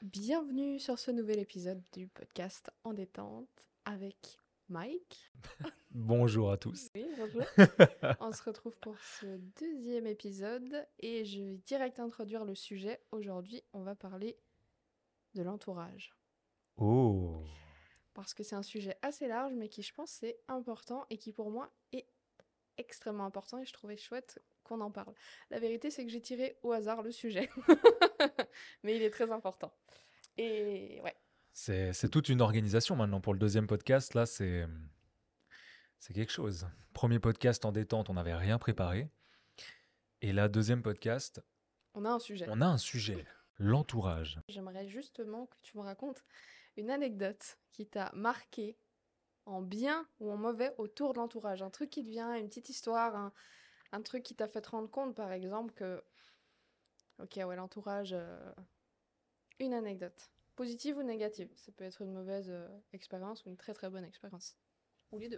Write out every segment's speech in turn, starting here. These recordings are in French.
Bienvenue sur ce nouvel épisode du podcast En détente avec Mike. Bonjour à tous. Oui, bonjour. On se retrouve pour ce deuxième épisode et je vais direct introduire le sujet. Aujourd'hui, on va parler de l'entourage. Oh, Parce que c'est un sujet assez large, mais qui, je pense, c'est important et qui, pour moi, est extrêmement important et je trouvais chouette qu'on en parle. La vérité, c'est que j'ai tiré au hasard le sujet, mais il est très important. Et ouais. c'est toute une organisation maintenant pour le deuxième podcast. Là, c'est quelque chose. Premier podcast en détente, on n'avait rien préparé. Et là, deuxième podcast, On a un sujet. on a un sujet, l'entourage. J'aimerais justement que tu me racontes une anecdote qui t'a marqué en bien ou en mauvais autour de l'entourage. Un truc qui te vient, une petite histoire, un truc qui t'a fait te rendre compte, par exemple, que, ok, ouais, l'entourage, une anecdote. Positive ou négative. Ça peut être une mauvaise expérience ou une très très bonne expérience. Ou les deux.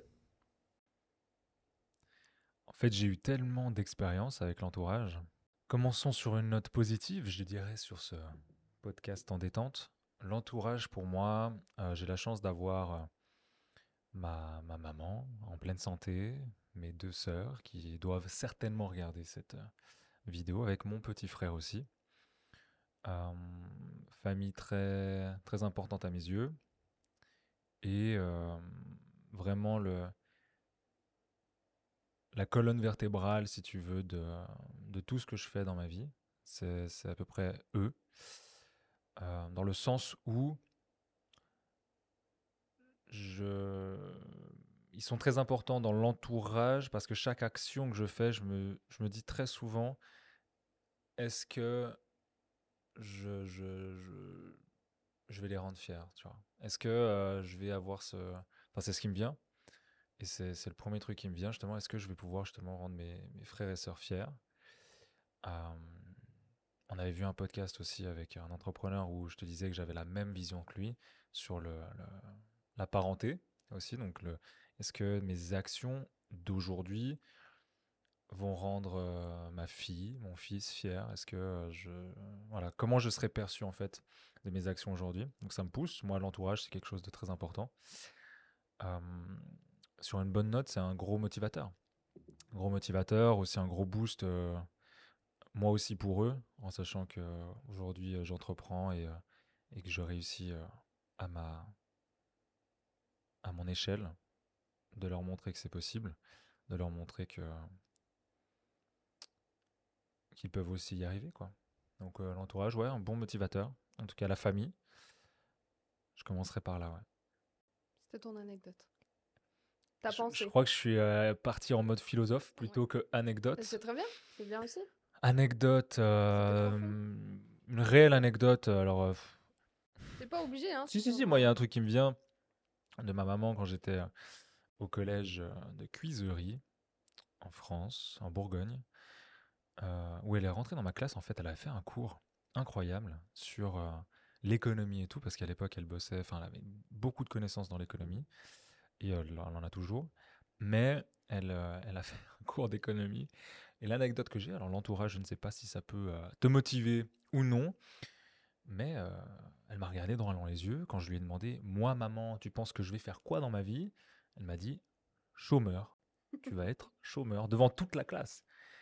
En fait, j'ai eu tellement d'expériences avec l'entourage. Commençons sur une note positive, je dirais, sur ce podcast en détente. L'entourage, pour moi, j'ai la chance d'avoir ma maman en pleine santé, mes deux sœurs qui doivent certainement regarder cette vidéo, avec mon petit frère aussi. Euh, Famille très, très importante à mes yeux. Et vraiment la colonne vertébrale, si tu veux, de tout ce que je fais dans ma vie. C'est à peu près eux. Dans le sens où je... ils sont très importants dans l'entourage parce que chaque action que je fais, je me dis très souvent, est-ce que je, je vais les rendre fiers, tu vois. Est-ce que je vais avoir ce... Enfin, c'est ce qui me vient. Et c'est le premier truc qui me vient, justement. Est-ce que je vais pouvoir, justement, rendre mes frères et sœurs fiers. Euh, on avait vu un podcast aussi avec un entrepreneur où je te disais que j'avais la même vision que lui sur la parenté aussi. Donc, est-ce que mes actions d'aujourd'hui vont rendre ma fille, mon fils fier. Est-ce que voilà, comment je serai perçu en fait de mes actions aujourd'hui. Donc ça me pousse. Moi, l'entourage, c'est quelque chose de très important. Euh, sur une bonne note, c'est un gros motivateur. Gros motivateur, aussi un gros boost, moi aussi pour eux, en sachant que aujourd'hui j'entreprends et que je réussis à à mon échelle, de leur montrer que c'est possible, de leur montrer qu'ils peuvent aussi y arriver, quoi. Donc l'entourage, ouais, un bon motivateur. En tout cas, la famille. Je commencerai par là, ouais. C'était ton anecdote. T'as Je pensé. crois que je suis parti en mode philosophe Ouais. plutôt que C'est anecdote. très bien. C'est bien aussi. Anecdote, C'était profond. une réelle anecdote. Alors, T'es pas obligé, hein, si, si, si, sinon. moi, il y a un truc qui me vient de ma maman quand j'étais au collège de Cuisery, en France, en Bourgogne, où elle est rentrée dans ma classe. En fait, elle avait fait un cours incroyable sur l'économie et tout, parce qu'à l'époque, elle bossait, enfin, elle avait beaucoup de connaissances dans l'économie, et elle en a toujours. Mais elle a fait un cours d'économie. Et l'anecdote que j'ai, alors l'entourage, je ne sais pas si ça peut te motiver ou non, mais elle m'a regardé droit dans les yeux quand je lui ai demandé, moi maman, tu penses que je vais faire quoi dans ma vie? Elle m'a dit, chômeur. Tu vas être chômeur devant toute la classe.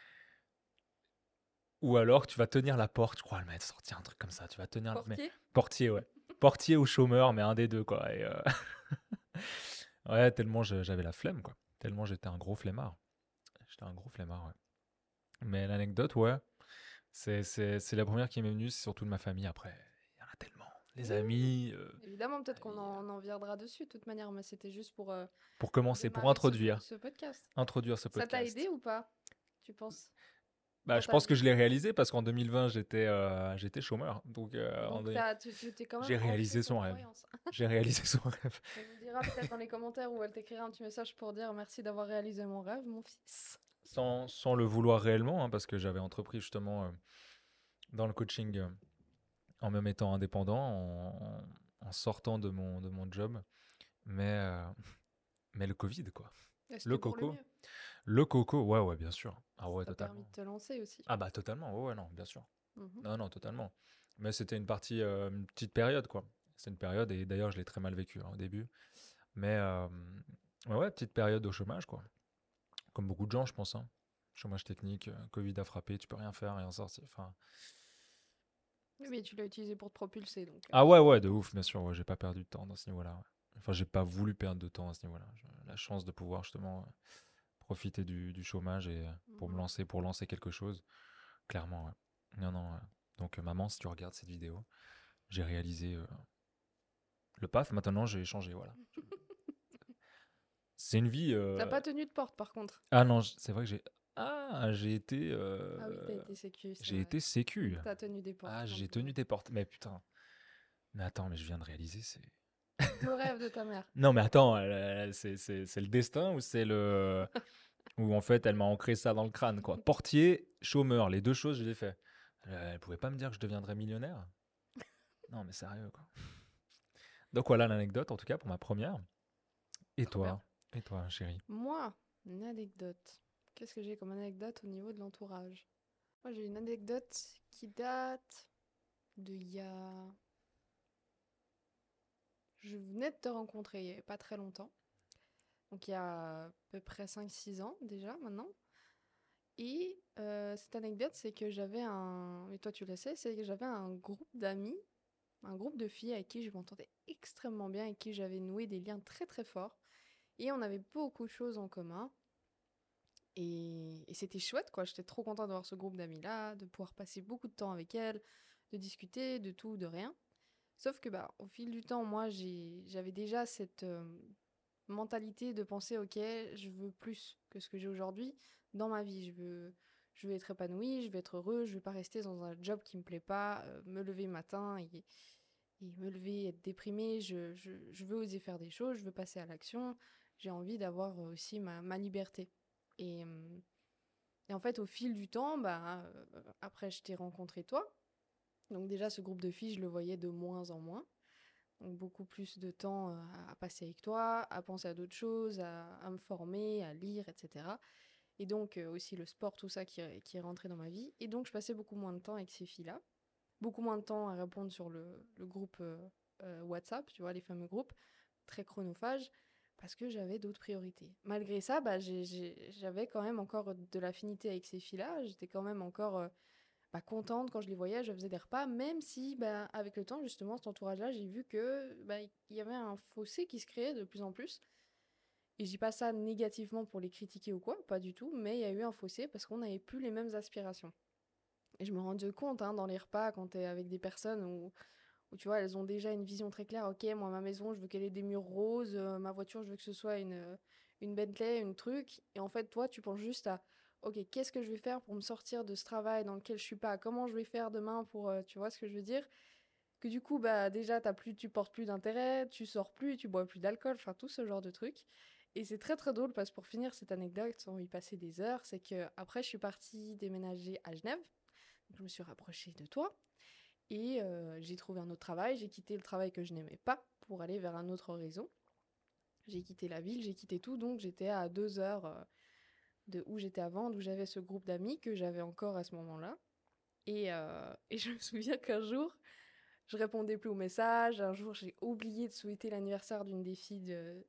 Ou alors tu vas tenir la porte, je crois, elle m'a sorti un truc comme ça, tu vas tenir... Mais Portier. portier, ouais. Portier ou chômeur, mais un des deux, quoi. Et, ouais, tellement j'avais la flemme, quoi. Tellement j'étais un gros flemmard. J'étais un gros flemmard, ouais. Mais l'anecdote, ouais, c'est la première qui m'est venue, c'est surtout de ma famille. Après, il y en a tellement. Les Oui, oui, amis, évidemment, peut-être qu'on amis, en viendra dessus de toute manière, mais c'était juste pour pour commencer, pour démarrer introduire, ce podcast. introduire ce Ça t'a aidé podcast. ou pas, tu penses, Bah, dans je ta pense que vie? je l'ai réalisé parce qu'en 2020, j'étais chômeur. Donc, Donc tu t'es quand même j'ai ancré réalisé cette son rêve. croyance. J'ai réalisé son rêve. Elle nous dira peut-être dans les commentaires ou elle t'écrira un petit message pour dire merci d'avoir réalisé mon rêve, mon fils. Sans le vouloir réellement, hein, parce que j'avais entrepris justement dans le coaching en me mettant indépendant, en sortant de mon job. Mais, euh, mais le Covid, quoi. Et Le c'était pour le coco. mieux. Le coco, ouais, ouais, bien sûr. Ah Ça ouais, t'a permis totalement. de te lancer aussi. Ah bah totalement, ouais, ouais, non, bien sûr. Mhm. Non, non, totalement. Mais c'était une petite période, quoi. C'est une période, et d'ailleurs, je l'ai très mal vécu, hein, au début. Mais ouais, petite période au chômage, quoi. Comme beaucoup de gens, je pense, hein. Chômage technique, Covid a frappé, tu peux rien faire, rien sortir. Enfin, Oui, mais tu l'as utilisé pour te propulser, donc ah ouais, ouais, de ouf, bien sûr. Ouais, j'ai pas perdu de temps dans ce niveau-là. Ouais. Enfin, j'ai pas voulu perdre de temps à ce niveau-là. J'ai la chance de pouvoir justement profiter du chômage et pour me mhm. lancer, pour lancer quelque chose. Clairement, ouais. Non, non. Ouais. Donc, maman, si tu regardes cette vidéo, j'ai réalisé le PAF. Maintenant, j'ai changé, voilà. C'est une vie. T'as pas tenu de porte par contre. Ah non, c'est vrai que j'ai été. Ah oui, t'as été sécu, c'est J'ai vrai. été sécu. T'as tenu des Ah, portes un j'ai peu. tenu des portes. Mais putain. Mais attends, mais je viens de réaliser, c'est. Le rêve de ta mère. Non, mais attends, c'est le destin ou c'est le. Ou en fait, elle m'a ancré ça dans le crâne, quoi. Portier, chômeur, les deux choses, je les ai fait. Elle pouvait pas me dire que je deviendrais millionnaire? Non, mais sérieux, quoi. Donc voilà l'anecdote, en tout cas, pour ma première. Et Trop bien. toi? Et toi, chérie? Moi, une anecdote. Qu'est-ce que j'ai comme anecdote au niveau de l'entourage? Moi, j'ai une anecdote qui date de il y a... Je venais de te rencontrer il y a pas très longtemps. Donc il y a à peu près 5 6 ans déjà maintenant. Et cette anecdote, c'est que j'avais un... Et toi tu le sais, c'est que j'avais un groupe d'amis, un groupe de filles avec qui je m'entendais extrêmement bien, avec qui j'avais noué des liens très très forts. Et on avait beaucoup de choses en commun. Et c'était chouette, quoi. J'étais trop contente d'avoir ce groupe d'amis-là, de pouvoir passer beaucoup de temps avec elles, de discuter de tout, de rien. Sauf que, bah, au fil du temps, moi, j'avais déjà cette mentalité de penser, ok, je veux plus que ce que j'ai aujourd'hui dans ma vie. Je veux être épanouie, je veux être heureux, je veux pas rester dans un job qui me plaît pas, me lever le matin et me lever, être déprimée. Je veux oser faire des choses, je veux passer à l'action. J'ai envie d'avoir aussi ma liberté. Et, euh, et en fait, au fil du temps, bah, après, je t'ai rencontré toi. Donc déjà, ce groupe de filles, je le voyais de moins en moins. Donc beaucoup plus de temps à passer avec toi, à penser à d'autres choses, à me former, à lire, etc. Et donc aussi le sport, tout ça qui est rentré dans ma vie. Et donc je passais beaucoup moins de temps avec ces filles-là. Beaucoup moins de temps à répondre sur le groupe WhatsApp, tu vois, les fameux groupes, très chronophages, parce que j'avais d'autres priorités. Malgré ça, bah, j'avais quand même encore de l'affinité avec ces filles-là. J'étais quand même encore bah, contente quand je les voyais, je faisais des repas, même si bah, avec le temps, justement, cet entourage-là, j'ai vu que bah, il y avait un fossé qui se créait de plus en plus. Et je dis pas ça négativement pour les critiquer ou quoi, pas du tout, mais il y a eu un fossé parce qu'on n'avait plus les mêmes aspirations. Et je me rends compte hein, dans les repas, quand t'es avec des personnes où tu vois, elles ont déjà une vision très claire. Ok, moi, ma maison, je veux qu'elle ait des murs roses, ma voiture, je veux que ce soit une Bentley, une truc. Et en fait, toi, tu penses juste à, ok, qu'est-ce que je vais faire pour me sortir de ce travail dans lequel je suis pas? Comment je vais faire demain pour, tu vois ce que je veux dire? Que du coup, bah, déjà, tu portes plus d'intérêt, tu sors plus, tu bois plus d'alcool, enfin, tout ce genre de trucs. Et c'est très très drôle parce que pour finir cette anecdote, sans y passer des heures, c'est que après je suis partie déménager à Genève, donc je me suis rapprochée de toi. Et j'ai trouvé un autre travail, j'ai quitté le travail que je n'aimais pas pour aller vers un autre horizon. J'ai quitté la ville, j'ai quitté tout, donc j'étais à 2 heures de où j'étais avant, d'où j'avais ce groupe d'amis que j'avais encore à ce moment-là. Et je me souviens qu'un jour, je répondais plus aux messages, un jour j'ai oublié de souhaiter l'anniversaire d'une des filles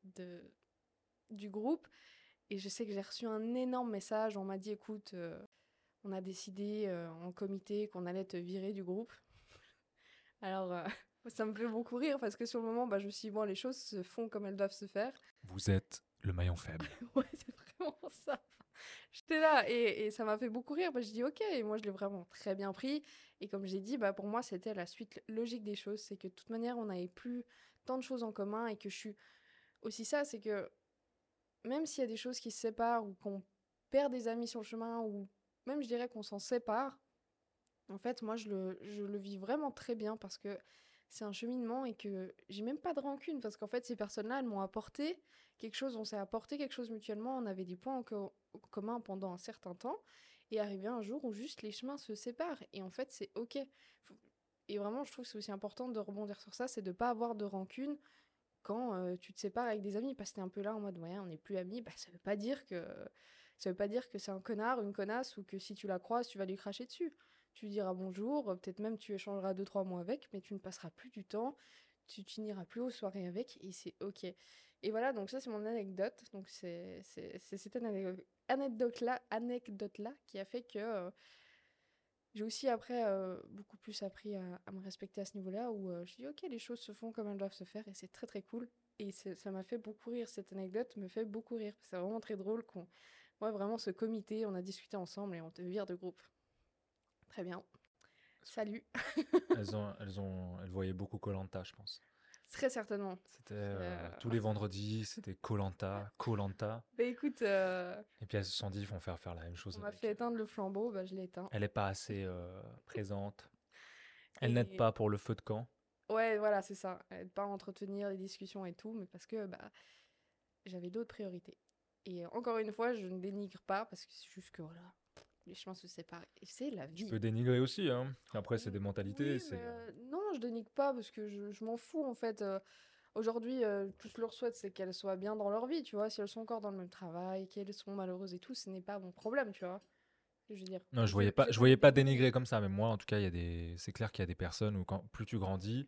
du groupe, et je sais que j'ai reçu un énorme message, on m'a dit écoute, on a décidé en comité qu'on allait te virer du groupe. Alors, ça me fait beaucoup rire parce que sur le moment, bah, je me suis dit, bon, les choses se font comme elles doivent se faire. Vous êtes le maillon faible. Ouais, c'est vraiment ça. J'étais là et ça m'a fait beaucoup rire. Bah, je dis, ok, et moi, je l'ai vraiment très bien pris. Et comme j'ai dit, bah, pour moi, c'était la suite logique des choses. C'est que de toute manière, on n'avait plus tant de choses en commun et que je suis aussi ça, c'est que même s'il y a des choses qui se séparent ou qu'on perd des amis sur le chemin ou même, je dirais qu'on s'en sépare, en fait, moi, je le vis vraiment très bien parce que c'est un cheminement et que j'ai même pas de rancune parce qu'en fait, ces personnes-là, elles m'ont apporté quelque chose, on s'est apporté quelque chose mutuellement, on avait des points en commun pendant un certain temps et arrivé un jour où juste les chemins se séparent et en fait, c'est ok. Faut- Et vraiment, je trouve que c'est aussi important de rebondir sur ça, c'est de pas avoir de rancune quand tu te sépares avec des amis parce que t'es un peu là en mode ouais, on n'est plus amis, bah ça veut pas dire que c'est un connard, une connasse ou que si tu la croises, tu vas lui cracher dessus. tu diras bonjour, peut-être même tu échangeras 2, 3 mots avec, mais tu ne passeras plus du temps, tu n'iras plus aux soirées avec, et c'est ok. Et voilà, donc ça c'est mon anecdote. Donc c'est cette anecdote-là qui a fait que j'ai aussi après beaucoup plus appris à me respecter à ce niveau-là, où je dis ok, les choses se font comme elles doivent se faire, et c'est très très cool. Et ça m'a fait beaucoup rire, cette anecdote me fait beaucoup rire. C'est vraiment très drôle qu'on... Ouais, vraiment, ce comité, on a discuté ensemble et on te vire de groupe. Très bien. Salut. Elles voyaient beaucoup koh je pense. Très certainement. C'était Euh, tous les vendredis, c'était koh koh Bah écoute, Et puis elles se sont dit, ils vont faire la même on chose m'a fait avec. éteindre le flambeau, bah je l'ai éteint. Elle est pas assez présente. Elle n'aide Et pas pour le feu de camp. ouais, voilà, c'est ça. Pas entretenir les discussions et tout, mais parce que bah j'avais d'autres priorités. Et encore une fois, je ne dénigre pas parce que c'est juste que voilà, les chemins se séparent. Et c'est la Tu vie. peux dénigrer aussi, hein. Après, c'est des mentalités. Oui, mais non, je dénigre pas parce que je m'en fous en fait. Aujourd'hui, tout je leur souhaite, c'est qu'elles soient bien dans leur vie, tu vois. Si elles sont encore dans le même travail, qu'elles sont malheureuses et tout, ce n'est pas mon problème, tu vois. Je veux dire, Non, j'ai je pas envie voyais de pas dénigrer. dénigrer comme ça, mais moi, en tout cas, c'est clair qu'il y a des personnes où plus tu grandis,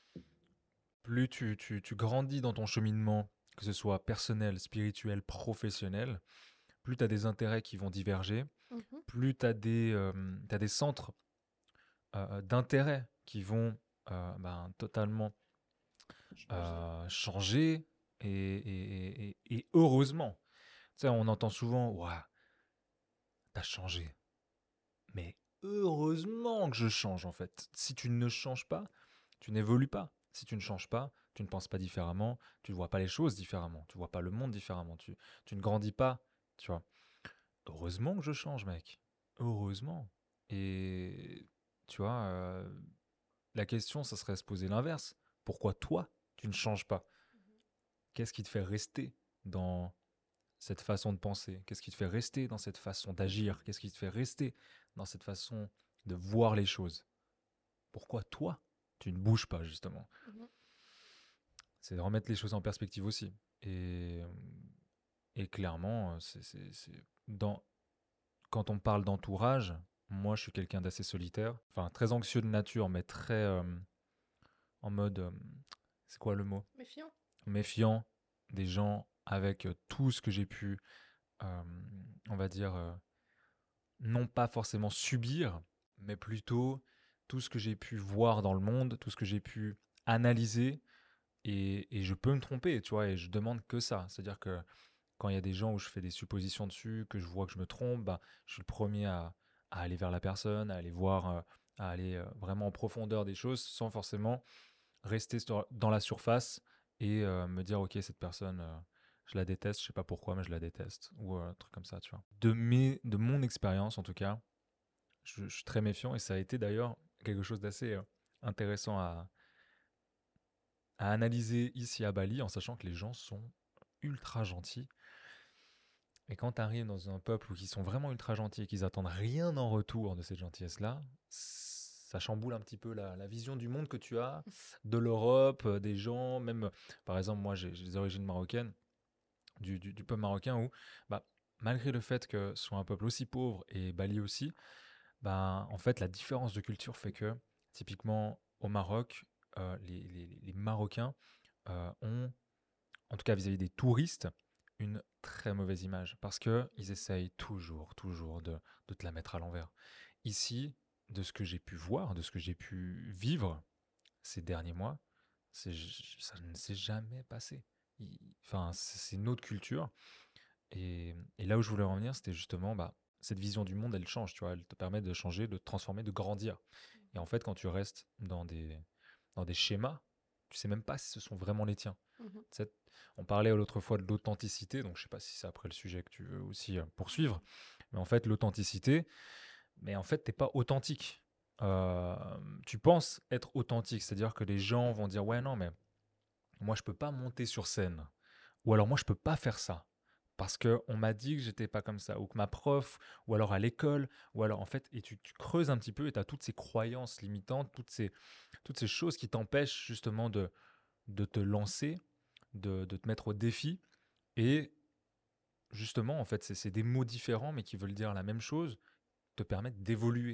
plus tu grandis dans ton cheminement, que ce soit personnel, spirituel, professionnel, plus tu as des intérêts qui vont diverger, Mhm. plus t'as des centres d'intérêt qui vont totalement Changer. changer et heureusement. Tu sais, on entend souvent, ouah, t'as changé. Mais heureusement que je change en fait. Si tu ne changes pas, tu n'évolues pas. Si tu ne changes pas, tu ne penses pas différemment, tu ne vois pas les choses différemment, tu ne vois pas le monde différemment, tu ne grandis pas, tu vois. Heureusement que je change, mec. Heureusement. Et tu vois, la question, ça serait se poser l'inverse. Pourquoi toi, tu ne changes pas? Qu'est-ce qui te fait rester dans cette façon de penser? Qu'est-ce qui te fait rester dans cette façon d'agir? Qu'est-ce qui te fait rester dans cette façon de voir les choses? Pourquoi toi, tu ne bouges pas, justement? Mhm. C'est de remettre les choses en perspective aussi. Et clairement, quand on parle d'entourage, moi, je suis quelqu'un d'assez solitaire. Enfin, très anxieux de nature, mais très en mode... c'est quoi le mot? Méfiant. Méfiant des gens avec tout ce que j'ai pu, euh, on va dire, non pas forcément subir, mais plutôt tout ce que j'ai pu voir dans le monde, tout ce que j'ai pu analyser, et je peux me tromper, tu vois, et je demande que ça. C'est-à-dire que quand il y a des gens où je fais des suppositions dessus, que je vois que je me trompe, bah, je suis le premier à aller vers la personne, à aller voir, à aller vraiment en profondeur des choses, sans forcément rester dans la surface et me dire, ok, cette personne, je la déteste, je sais pas pourquoi, mais je la déteste, ou un truc comme ça, tu vois. De mon expérience, en tout cas, je suis très méfiant, et ça a été d'ailleurs quelque chose d'assez intéressant à analyser ici à Bali, en sachant que les gens sont ultra gentils. Et quand tu arrives dans un peuple où ils sont vraiment ultra gentils et qu'ils attendent rien en retour de cette gentillesse-là, ça chamboule un petit peu la vision du monde que tu as, de l'Europe, des gens, même, par exemple, moi j'ai des origines marocaines, du peuple marocain où, bah, malgré le fait que ce soit un peuple aussi pauvre, et Bali aussi, bah, en fait, la différence de culture fait que, typiquement au Maroc, les Marocains ont, en tout cas vis-à-vis des touristes, une très mauvaise image parce que ils essayent toujours de te la mettre à l'envers. Ici, de ce que j'ai pu voir, de ce que j'ai pu vivre ces derniers mois, ça ne s'est jamais passé. Enfin, c'est une autre culture. Et là où je voulais en venir, c'était justement, bah, cette vision du monde, elle change, tu vois, elle te permet de changer, de te transformer, de grandir. Et en fait, quand tu restes dans des schémas, tu sais même pas si ce sont vraiment les tiens. Mhm. Tu sais, on parlait l'autre fois de l'authenticité, donc je sais pas si c'est après le sujet que tu veux aussi poursuivre, mais en fait, l'authenticité, mais en fait, t'es pas authentique. Euh, Tu penses être authentique, c'est-à-dire que les gens vont dire, ouais, non, mais moi, je peux pas monter sur scène, ou alors moi, je peux pas faire ça. Parce que on m'a dit que j'étais pas comme ça, ou que ma prof, ou alors à l'école, ou alors en fait, et tu creuses un petit peu et tu as toutes ces croyances limitantes, toutes ces choses qui t'empêchent justement de te lancer, de te mettre au défi. Et justement, en fait, c'est des mots différents, mais qui veulent dire la même chose, te permettent d'évoluer.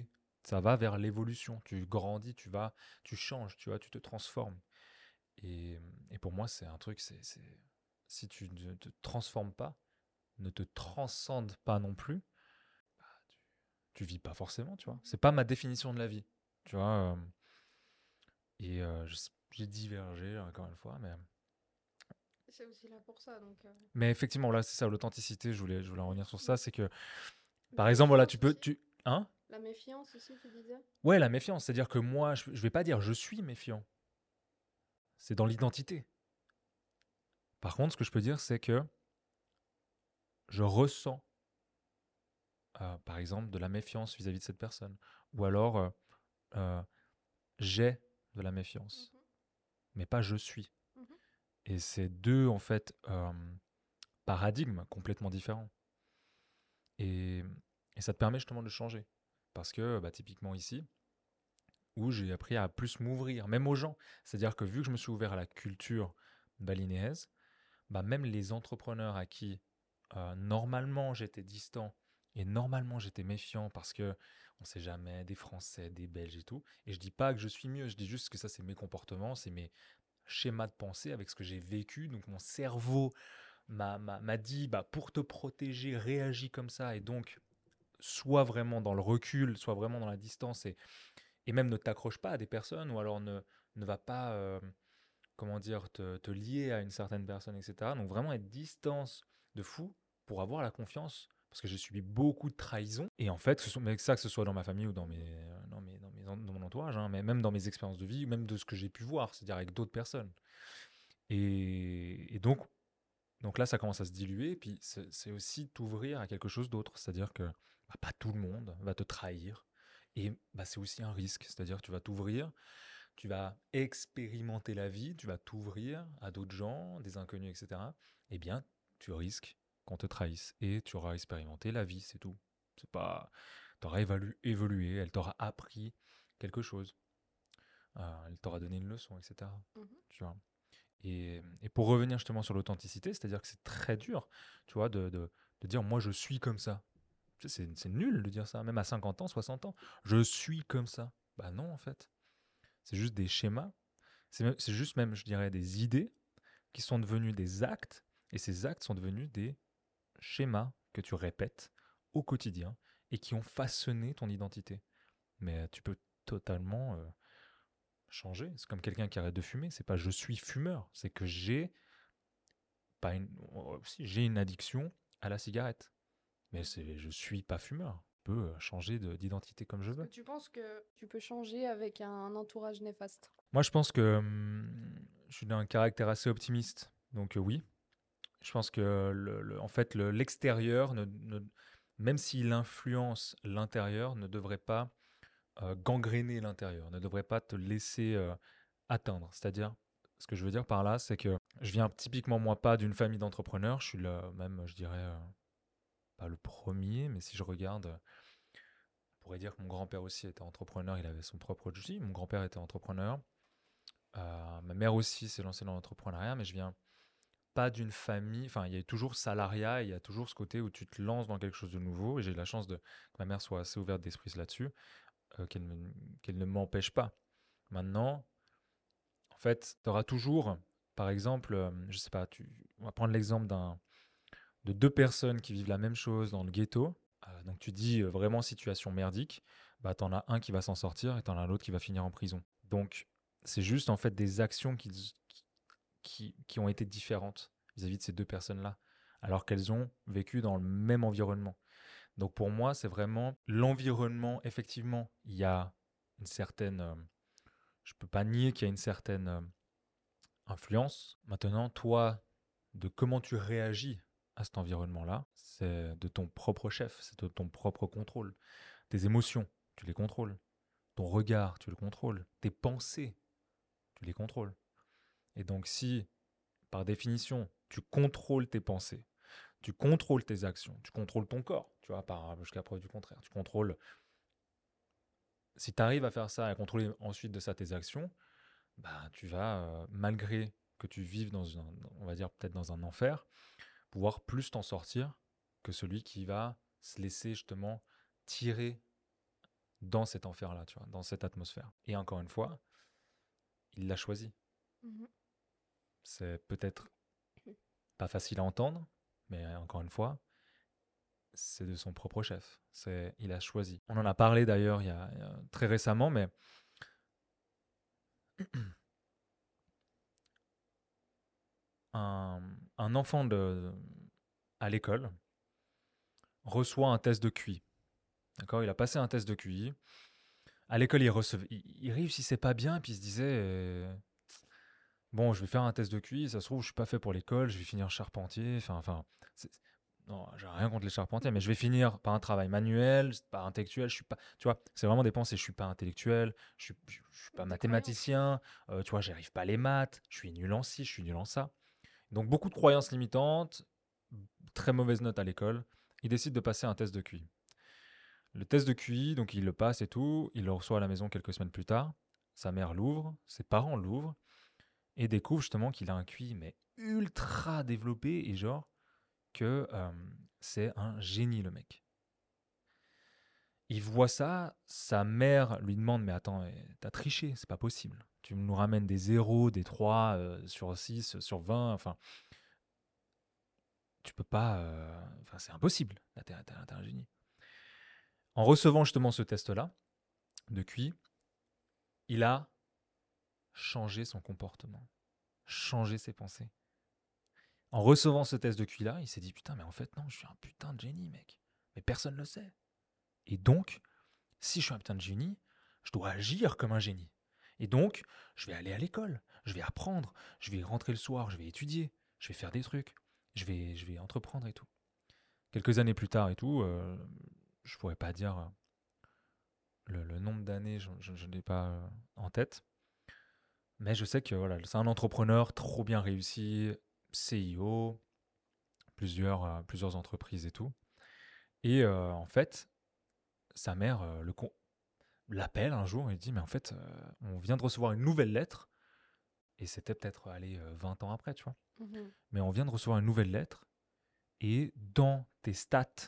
ça va vers l'évolution. Tu grandis, tu changes, tu vois, tu te transformes. Et, et pour moi, c'est un truc, si tu ne te transformes pas, ne te transcendes pas non plus, bah, tu vis pas forcément, tu vois. Mhm. C'est pas ma définition de la vie, tu vois. Et j'ai divergé encore une fois, C'est aussi là pour ça, donc mais effectivement, là, c'est ça, l'authenticité. Je voulais en revenir sur ça, mm. c'est que, La par exemple, voilà, méfiance aussi. hein. La méfiance aussi, tu disais? Ouais, la méfiance, c'est-à-dire que moi, je vais pas dire je suis méfiant. C'est dans l'identité. Par contre, ce que je peux dire, c'est que je ressens, par exemple, de la méfiance vis-à-vis de cette personne. Ou alors, euh, j'ai de la méfiance, Mhm, mais pas je suis. mhm. Et c'est deux, en fait, paradigmes complètement différents. Et, et ça te permet justement de changer. Parce que, bah, typiquement ici, où j'ai appris à plus m'ouvrir, même aux gens. C'est-à-dire que vu que je me suis ouvert à la culture balinéaise, bah, même les entrepreneurs à qui normalement j'étais distant et normalement j'étais méfiant parce que on sait jamais, des Français, des Belges et tout. Et je dis pas que je suis mieux, je dis juste que ça c'est mes comportements, c'est mes schémas de pensée avec ce que j'ai vécu. Donc mon cerveau m'a dit, bah, pour te protéger, réagis comme ça. Et donc, soit vraiment dans le recul, soit vraiment dans la distance. Et même ne t'accroche pas à des personnes ou alors ne va pas, comment dire, te lier à une certaine personne, etc. Donc vraiment être distance de fou pour avoir la confiance. Parce que j'ai subi beaucoup de trahisons. Et en fait, mais que ce soit dans ma famille ou dans mon entourage, hein, mais même dans mes expériences de vie, même de ce que j'ai pu voir, c'est-à-dire avec d'autres personnes. Et donc là, ça commence à se diluer. Et puis, c'est aussi t'ouvrir à quelque chose d'autre. C'est-à-dire que bah, pas tout le monde va te trahir. Et bah, c'est aussi un risque. C'est-à-dire que tu vas t'ouvrir, tu vas expérimenter la vie, tu vas t'ouvrir à d'autres gens, des inconnus, etc. Eh bien, tu risques qu'on te trahisse. Et tu auras expérimenté la vie, c'est tout. C'est pas. Tu auras évolué, elle t'aura appris quelque chose. Elle t'aura donné une leçon, etc. Mhm. Tu vois. Et pour revenir justement sur l'authenticité, c'est-à-dire que c'est très dur, tu vois, de dire moi je suis comme ça. Tu sais, c'est nul de dire ça, même à 50 ans, 60 ans. Je suis comme ça. Bah non, en fait. C'est juste des schémas. C'est juste même, je dirais, des idées qui sont devenues des actes. Et ces actes sont devenus des schémas que tu répètes au quotidien et qui ont façonné ton identité. Mais tu peux totalement changer. C'est comme quelqu'un qui arrête de fumer. C'est pas je suis fumeur. C'est que pas une, si, j'ai une addiction à la cigarette. Mais je suis pas fumeur. Je peux changer d'identité comme je Est-ce que veux. tu penses que tu peux changer avec un entourage néfaste? Moi, je pense que je suis d'un caractère assez optimiste. Donc oui, je pense que en fait, l'extérieur, même s'il influence l'intérieur, ne devrait pas gangréner l'intérieur, ne devrait pas te laisser atteindre. C'est-à-dire, ce que je veux dire par là, c'est que je viens typiquement, moi, pas d'une famille d'entrepreneurs. Je suis là, même, je dirais, pas le premier, mais si je regarde, on pourrait dire que mon grand-père aussi était entrepreneur, il avait son propre outil. Mon grand-père était entrepreneur. Ma mère aussi s'est lancée dans l'entrepreneuriat, mais je viens pas d'une famille. Enfin, il y a toujours salariat, il y a toujours ce côté où tu te lances dans quelque chose de nouveau. Et j'ai la chance que ma mère soit assez ouverte d'esprit là-dessus, qu'elle ne m'empêche pas. Maintenant, en fait, tu auras toujours, par exemple, je sais pas, on va prendre l'exemple de deux personnes qui vivent la même chose dans le ghetto. Donc tu dis vraiment situation merdique, bah t'en as un qui va s'en sortir et t'en as l'autre qui va finir en prison. Donc c'est juste en fait des actions qui ont été différentes vis-à-vis de ces deux personnes-là, alors qu'elles ont vécu dans le même environnement. Donc pour moi, c'est vraiment l'environnement. Effectivement, il y a une certaine, je peux pas nier qu'il y a une certaine influence. Maintenant, toi, de comment tu réagis à cet environnement-là, c'est de ton propre chef, c'est de ton propre contrôle. Tes émotions, tu les contrôles. Ton regard, tu le contrôles. Tes pensées, tu les contrôles. Et donc si, par définition, tu contrôles tes pensées, tu contrôles tes actions, tu contrôles ton corps, tu vois, jusqu'à preuve du contraire, tu contrôles. Si tu arrives à faire ça et à contrôler ensuite de ça tes actions, bah, tu vas, malgré que tu vives on va dire peut-être dans un enfer, pouvoir plus t'en sortir que celui qui va se laisser justement tirer dans cet enfer-là, tu vois, dans cette atmosphère. Et encore une fois, il l'a choisi. Mhm. C'est peut-être pas facile à entendre, mais encore une fois, c'est de son propre chef. Il a choisi. On en a parlé d'ailleurs il y a très récemment, mais un, un enfant à l'école reçoit un test de QI. D'accord, il a passé un test de QI. À l'école, il réussissait pas bien, puis il se disait bon, je vais faire un test de QI, ça se trouve, je suis pas fait pour l'école, je vais finir charpentier. C'est- non, j'ai rien contre les charpentiers, mais je vais finir par un travail manuel, pas intellectuel. Je suis pas, tu vois, c'est vraiment des pensées. Je suis pas intellectuel, je suis pas Des croyances. mathématicien. Tu vois, j'arrive pas à les maths. Je suis nul en ci, je suis nul en ça. Donc beaucoup de croyances limitantes, très mauvaise note à l'école. Il décide de passer un test de QI. Le test de QI, donc il le passe et tout, il le reçoit à la maison quelques semaines plus tard. Sa mère l'ouvre, ses parents l'ouvrent et découvrent justement qu'il a un QI mais ultra développé et genre que c'est un génie le mec. Il voit ça, sa mère lui demande mais attends, t'as triché, c'est pas possible. Tu nous ramènes des 0, des 3 sur 6, sur 20, enfin tu peux pas, enfin c'est impossible, là t'es un génie. En recevant justement ce test-là de QI, il a changé son comportement, changé ses pensées. En recevant ce test de QI-là, il s'est dit putain, mais en fait, non, je suis un putain de génie, mec. Mais personne ne le sait. Et donc, si je suis un putain de génie, je dois agir comme un génie. Et donc, je vais aller à l'école, je vais apprendre, je vais rentrer le soir, je vais étudier, je vais faire des trucs, je vais entreprendre et tout. Quelques années plus tard et tout, je pourrais pas dire le nombre d'années, je ne l'ai pas en tête, mais je sais que voilà, c'est un entrepreneur trop bien réussi, CIO, plusieurs entreprises et tout. Et en fait, sa mère l'appelle un jour et dit mais en fait, on vient de recevoir une nouvelle lettre, et c'était peut-être allez, 20 ans après, tu vois. Mhm. Mais on vient de recevoir une nouvelle lettre, et dans tes stats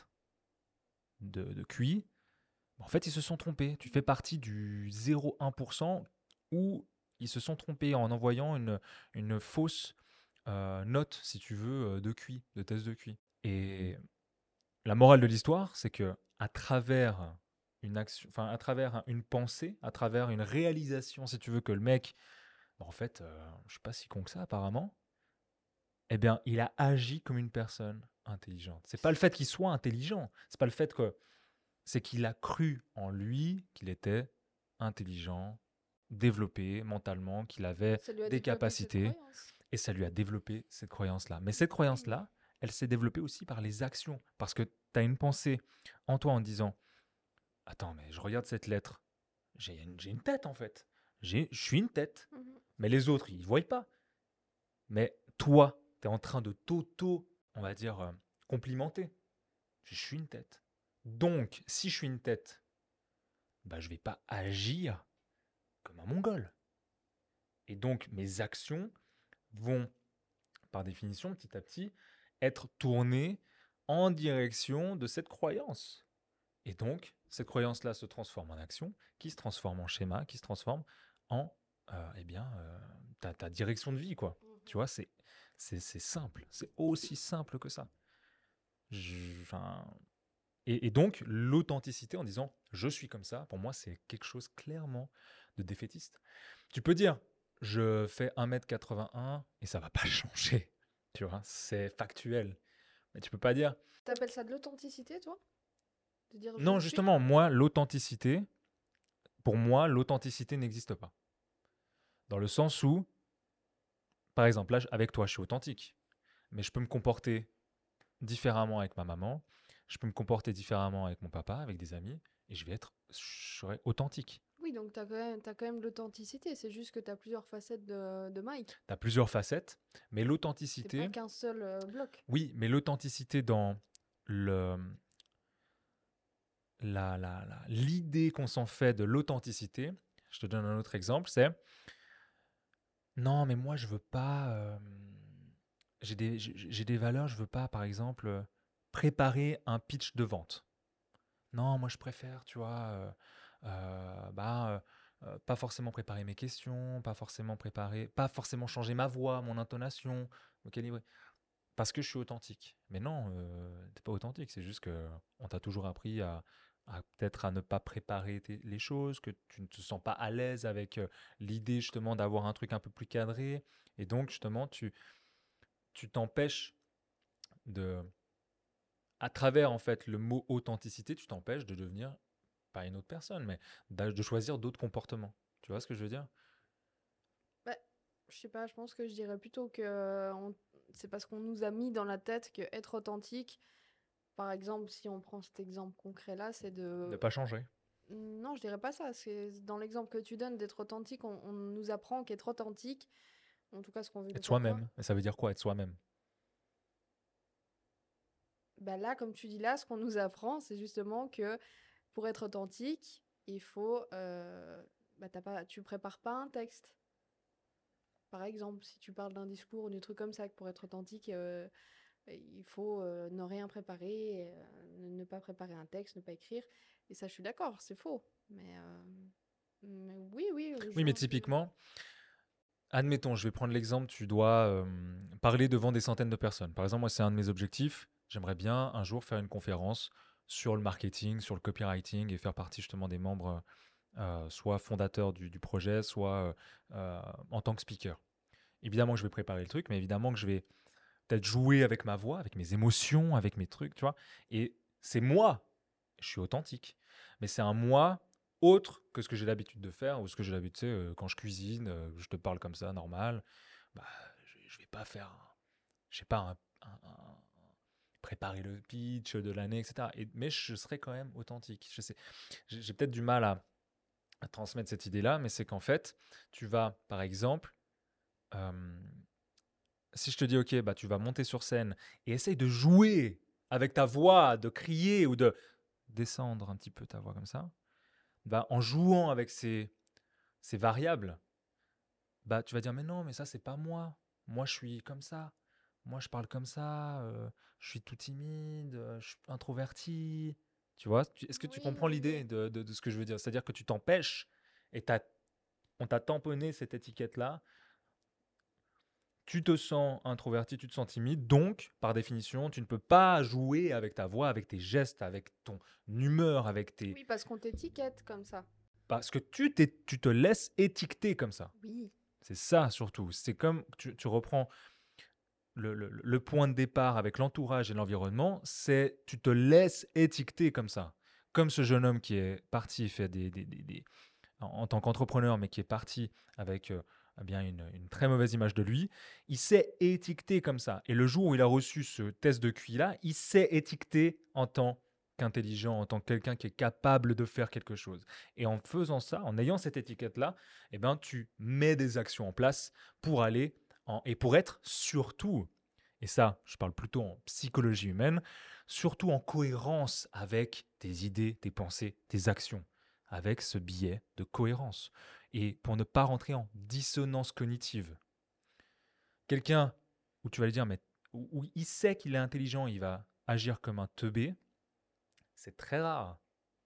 de QI, en fait, ils se sont trompés. Tu fais partie du 0,1% où ils se sont trompés en envoyant une fausse note, si tu veux, de QI, de test de QI. Et la morale de l'histoire, c'est que à travers une action, enfin à travers une pensée, à travers une réalisation, si tu veux, que le mec, en fait, je suis pas si con que ça apparemment, eh bien, il a agi comme une personne intelligente. C'est pas le fait qu'il soit intelligent, c'est pas le fait que, c'est qu'il a cru en lui qu'il était intelligent, développé mentalement, qu'il avait Ça lui a des développé cette capacités, croyance. et ça lui a développé cette croyance-là. Mais cette croyance-là, elle s'est développée aussi par les actions, parce que tu as une pensée en toi en disant attends, mais je regarde cette lettre, j'ai une tête en fait, je suis une tête, Mhm. mais les autres, ils ne voient pas. Mais toi, tu es en train de t'auto, on va dire, complimenter. Je suis une tête. Donc, si je suis une tête, bah, je ne vais pas agir comme un mongol. Et donc, mes actions vont, par définition, petit à petit, être tournées en direction de cette croyance. Et donc, cette croyance-là se transforme en action, qui se transforme en schéma, qui se transforme en, eh bien, ta direction de vie, quoi. Tu vois, c'est simple. C'est aussi simple que ça. Enfin, et donc, l'authenticité en disant je suis comme ça, pour moi, c'est quelque chose clairement de défaitiste. Tu peux dire je fais 1,81 m et ça va pas changer. Tu vois, c'est factuel. Mais tu peux pas dire T'appelles ça de l'authenticité, toi? De dire je non, suis? justement, moi, l'authenticité, pour moi, l'authenticité n'existe pas. Dans le sens où, par exemple, là, avec toi, je suis authentique, mais je peux me comporter différemment avec ma maman, je peux me comporter différemment avec mon papa, avec des amis, et je serai authentique. Oui, donc t'as quand même l'authenticité. C'est juste que t'as plusieurs facettes de Mike. Tu as plusieurs facettes, mais C'est pas l'authenticité, qu'un seul bloc. oui, mais l'authenticité dans le, l'idée qu'on s'en fait de l'authenticité, je te donne un autre exemple, c'est non, mais moi, je veux pas. J'ai des valeurs, je veux pas, par exemple, préparer un pitch de vente. Non, moi, je préfère, tu vois, pas forcément préparer mes questions, pas forcément changer ma voix, mon intonation, me calibrer. Parce que je suis authentique. Mais non, t'es pas authentique. C'est juste que on t'a toujours appris à peut-être à ne pas préparer les choses, que tu ne te sens pas à l'aise avec l'idée justement d'avoir un truc un peu plus cadré. Et donc justement, tu t'empêches de, à travers en fait le mot authenticité, tu t'empêches de devenir pas une autre personne, mais de choisir d'autres comportements. Tu vois ce que je veux dire? Bah, je sais pas, je pense que je dirais plutôt que c'est parce qu'on nous a mis dans la tête que être authentique, par exemple, si on prend cet exemple concret-là, c'est Ne de... pas changer. Non, je dirais pas ça. C'est dans l'exemple que tu donnes d'être authentique, on nous apprend qu'être authentique, en tout cas ce qu'on veut nous Être faire croire. soi-même. Et ça veut dire quoi, être soi-même? Bah là, comme tu dis là, ce qu'on nous apprend, c'est justement que pour être authentique, il faut... bah, tu prépares pas un texte. Par exemple, si tu parles d'un discours ou des trucs comme ça, que pour être authentique, il faut ne rien préparer, ne pas préparer un texte, ne pas écrire. Et ça, je suis d'accord, c'est faux. Mais oui, oui, je Oui, mais vois ce que... typiquement, admettons, je vais prendre l'exemple, tu dois parler devant des centaines de personnes. Par exemple, moi, c'est un de mes objectifs. J'aimerais bien un jour faire une conférence sur le marketing, sur le copywriting et faire partie justement des membres, soit fondateurs du projet, soit en tant que speaker. Évidemment que je vais préparer le truc, mais évidemment que je vais peut-être jouer avec ma voix, avec mes émotions, avec mes trucs, tu vois. Et c'est moi, je suis authentique. Mais c'est un moi autre que ce que j'ai l'habitude de faire ou ce que j'ai l'habitude, tu sais, quand je cuisine, je te parle comme ça, normal. Bah, je vais pas faire, je sais pas, préparer le pitch de l'année, etc. Mais je serai quand même authentique. Je sais, j'ai peut-être du mal à transmettre cette idée-là, mais c'est qu'en fait, tu vas, par exemple, euh, si je te dis, ok, bah, tu vas monter sur scène et essaye de jouer avec ta voix, de crier ou de descendre un petit peu ta voix comme ça, bah, en jouant avec ces variables, bah, tu vas dire, mais non, mais ça, c'est pas moi. Moi, je suis comme ça. Moi, je parle comme ça. Je suis tout timide. Je suis introverti. Tu vois? Est-ce que tu Oui, comprends oui, l'idée oui. de ce que je veux dire? C'est-à-dire que tu t'empêches et on t'a tamponné cette étiquette-là. Tu te sens introverti, tu te sens timide, donc, par définition, tu ne peux pas jouer avec ta voix, avec tes gestes, avec ton humeur, avec tes... Oui, parce qu'on t'étiquette comme ça. Parce que tu te laisses étiqueter comme ça. Oui. C'est ça surtout. C'est comme tu reprends le point de départ avec l'entourage et l'environnement, c'est tu te laisses étiqueter comme ça. Comme ce jeune homme qui est parti faire en tant qu'entrepreneur, mais qui est parti avec eh bien une très mauvaise image de lui, il s'est étiqueté comme ça. Et le jour où il a reçu ce test de QI-là, il s'est étiqueté en tant qu'intelligent, en tant que quelqu'un qui est capable de faire quelque chose. Et en faisant ça, en ayant cette étiquette-là, eh ben, tu mets des actions en place pour aller et pour être surtout, et ça, je parle plutôt en psychologie humaine, surtout en cohérence avec tes idées, tes pensées, tes actions, avec ce biais de cohérence. Et pour ne pas rentrer en dissonance cognitive. Quelqu'un où tu vas lui dire, mais où il sait qu'il est intelligent, il va agir comme un teubé, c'est très rare.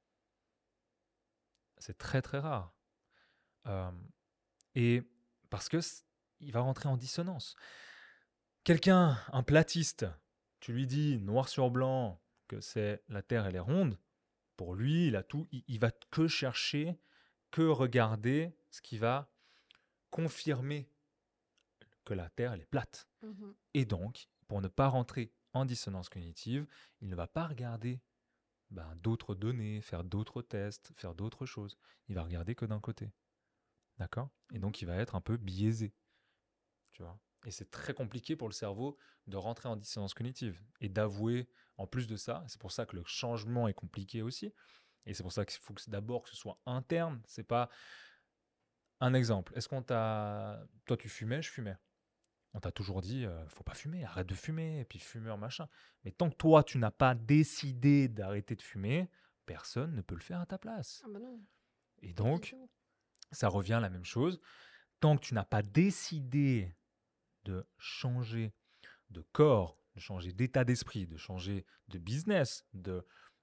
C'est très très rare. Euh, et parce que il va rentrer en dissonance. Quelqu'un, un platiste, tu lui dis noir sur blanc que c'est la Terre elle est ronde, pour lui, il a tout, il va que chercher, que regarder ce qui va confirmer que la Terre elle est plate. Mhm. Et donc, pour ne pas rentrer en dissonance cognitive, il ne va pas regarder d'autres données, faire d'autres tests, faire d'autres choses. Il va regarder que d'un côté. D'accord? Et Mhm. donc, il va être un peu biaisé. Tu vois? Et c'est très compliqué pour le cerveau de rentrer en dissonance cognitive et d'avouer, en plus de ça, c'est pour ça que le changement est compliqué aussi. Et c'est pour ça qu'il faut d'abord que ce soit interne. C'est pas un exemple. Est-ce qu'on t'a. Toi, tu fumais, je fumais. On t'a toujours dit, faut pas fumer, arrête de fumer, et puis fumeur, machin. Mais tant que toi, tu n'as pas décidé d'arrêter de fumer, personne ne peut le faire à ta place. Ah bah non, Et pas du donc, tout. ça revient à la même chose. Tant que tu n'as pas décidé de changer de corps, de changer d'état d'esprit, de changer de business,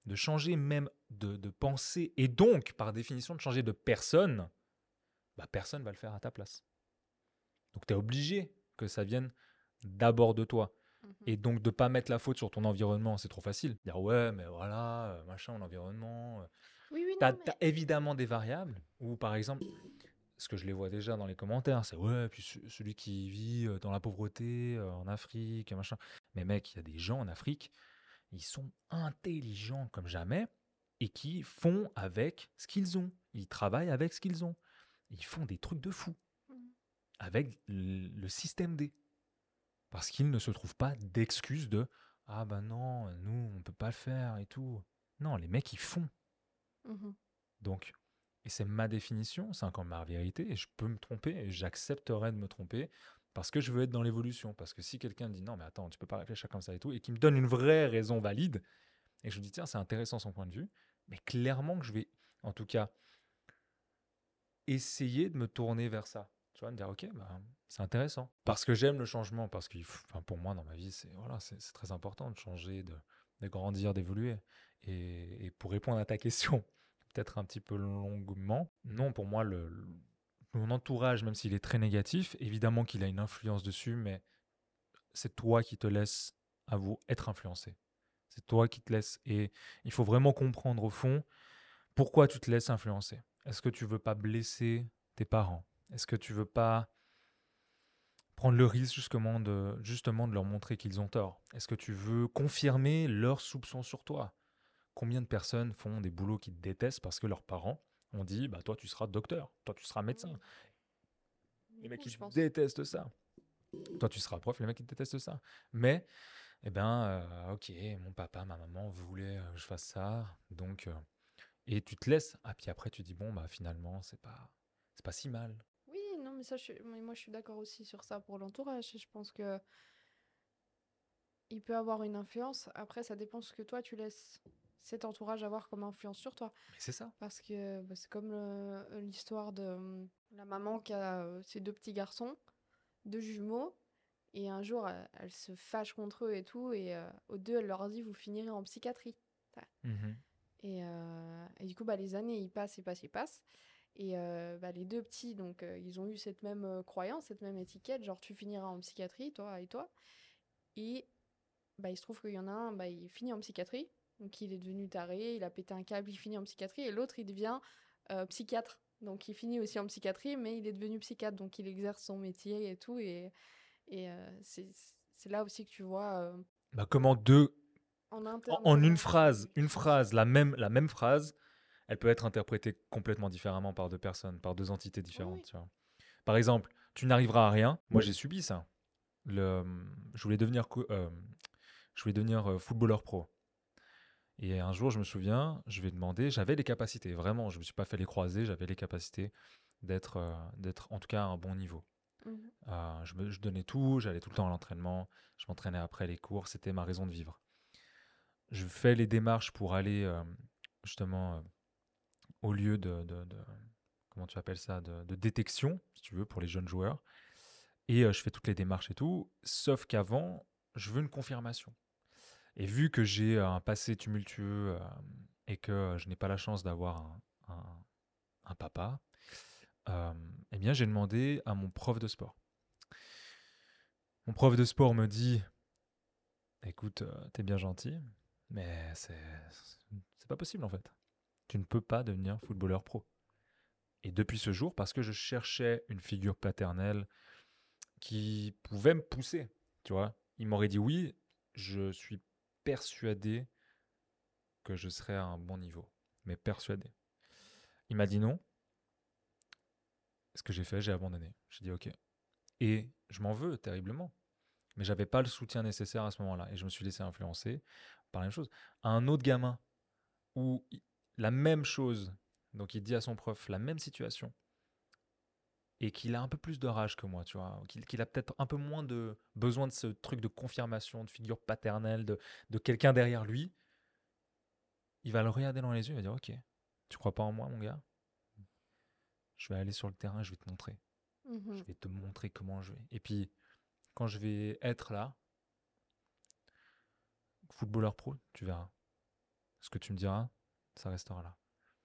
de changer même de pensée, et donc, par définition, de changer de personne, bah, personne va le faire à ta place. Donc, tu es obligé que ça vienne d'abord de toi. Mhm. Et donc, de ne pas mettre la faute sur ton environnement, c'est trop facile. Dire, ouais, mais voilà, machin, mon environnement. Oui, oui, Tu non, as mais... évidemment des variables où, par exemple, ce que je les vois déjà dans les commentaires, c'est ouais, puis celui qui vit dans la pauvreté, en Afrique, machin. Mais mec, il y a des gens en Afrique, ils sont intelligents comme jamais et qui font avec ce qu'ils ont. Ils travaillent avec ce qu'ils ont. Ils font des trucs de fou Mhm. avec le système D. Parce qu'ils ne se trouvent pas d'excuses de ah ben non, nous, on peut pas le faire et tout. Non, les mecs, ils font. Mhm. Donc, et c'est ma définition, c'est encore ma vérité, et je peux me tromper, et j'accepterai de me tromper, parce que je veux être dans l'évolution. Parce que si quelqu'un me dit non, mais attends, tu peux pas réfléchir comme ça et tout, et qui me donne une vraie raison valide, et je me dis tiens, c'est intéressant son point de vue, mais clairement que je vais, en tout cas, essayer de me tourner vers ça. Tu vois, me dire ok, bah, c'est intéressant. Parce que j'aime le changement, parce que enfin, pour moi, dans ma vie, c'est voilà, c'est très important de changer, de grandir, d'évoluer. Et pour répondre à ta question, peut-être un petit peu longuement, non, pour moi, mon entourage, même s'il est très négatif, évidemment qu'il a une influence dessus, mais c'est toi qui te laisses être influencé. C'est toi qui te laisses. Et il faut vraiment comprendre au fond pourquoi tu te laisses influencer. Est-ce que tu veux pas blesser tes parents? Est-ce que tu veux pas prendre le risque justement de leur montrer qu'ils ont tort? Est-ce que tu veux confirmer leurs soupçons sur toi? Combien de personnes font des boulots qu'ils détestent parce que leurs parents ont dit bah toi tu seras docteur, toi tu seras médecin. Oui, Les mecs beaucoup, ils je pense. détestent ça. Toi tu seras prof, les mecs ils détestent ça. Mais eh ben ok, mon papa, ma maman voulaient que je fasse ça, donc et tu te laisses. Ah puis après tu dis bon bah finalement c'est pas si mal. Oui, non, mais ça, moi, je suis d'accord aussi sur ça pour l'entourage. Je pense que il peut avoir une influence. Après, ça dépend ce que toi, tu laisses cet entourage avoir comme influence sur toi. Mais c'est ça. Parce que bah, c'est comme l'histoire de la maman qui a ses deux petits garçons, deux jumeaux. Et un jour, elle se fâche contre eux et tout. Et aux deux, elle leur dit, vous finirez en psychiatrie. Enfin, Mhm. et du coup, bah, les années, ils passent, ils passent, ils passent. Et bah, les deux petits, donc, ils ont eu cette même croyance, cette même étiquette, genre tu finiras en psychiatrie, toi et toi. Et bah, il se trouve qu'il y en a un, bah, il finit en psychiatrie, donc il est devenu taré, il a pété un câble, il finit en psychiatrie, et l'autre, il devient psychiatre. Donc il finit aussi en psychiatrie, mais il est devenu psychiatre, donc il exerce son métier et tout. Et c'est là aussi que tu vois Bah comment deux en en, interne en comment une tu fonctionnes. phrase, la même phrase, elle peut être interprétée complètement différemment par deux personnes, par deux entités Oui, différentes. oui. Tu vois. Par exemple, tu n'arriveras à rien. Moi, j'ai subi ça. Le, je voulais devenir, footballeur pro. Et un jour, je me souviens, je vais demander, j'avais les capacités, vraiment, je ne me suis pas fait les croiser, j'avais les capacités d'être en tout cas à un bon niveau. Mhm. Je donnais tout, j'allais tout le temps à l'entraînement, je m'entraînais après les cours, c'était ma raison de vivre. Je fais les démarches pour aller justement au lieu comment tu appelles ça, de détection, si tu veux, pour les jeunes joueurs. Et je fais toutes les démarches et tout, sauf qu'avant, je veux une confirmation. Et vu que j'ai un passé tumultueux et que je n'ai pas la chance d'avoir un papa, euh, eh bien j'ai demandé à mon prof de sport. Mon prof de sport me dit, écoute, t'es bien gentil, mais c'est pas possible en fait. Tu ne peux pas devenir footballeur pro. Et depuis ce jour, parce que je cherchais une figure paternelle qui pouvait me pousser, tu vois, il m'aurait dit oui, je suis persuadé que je serais à un bon niveau, mais persuadé. Il m'a dit non. Ce que j'ai fait, j'ai abandonné. J'ai dit ok. Et je m'en veux terriblement. Mais j'avais pas le soutien nécessaire à ce moment-là. Et je me suis laissé influencer par la même chose. Un autre gamin où la même chose, donc il dit à son prof la même situation, et qu'il a un peu plus de rage que moi, tu vois, qu'il a peut-être un peu moins de besoin de ce truc de confirmation, de figure paternelle, de quelqu'un derrière lui, il va le regarder dans les yeux et va dire ok, tu crois pas en moi, mon gars? Je vais aller sur le terrain, je vais te montrer. Je Mhm. vais te montrer comment jouer. Et puis, quand je vais être là, footballeur pro, tu verras. Ce que tu me diras, ça restera là.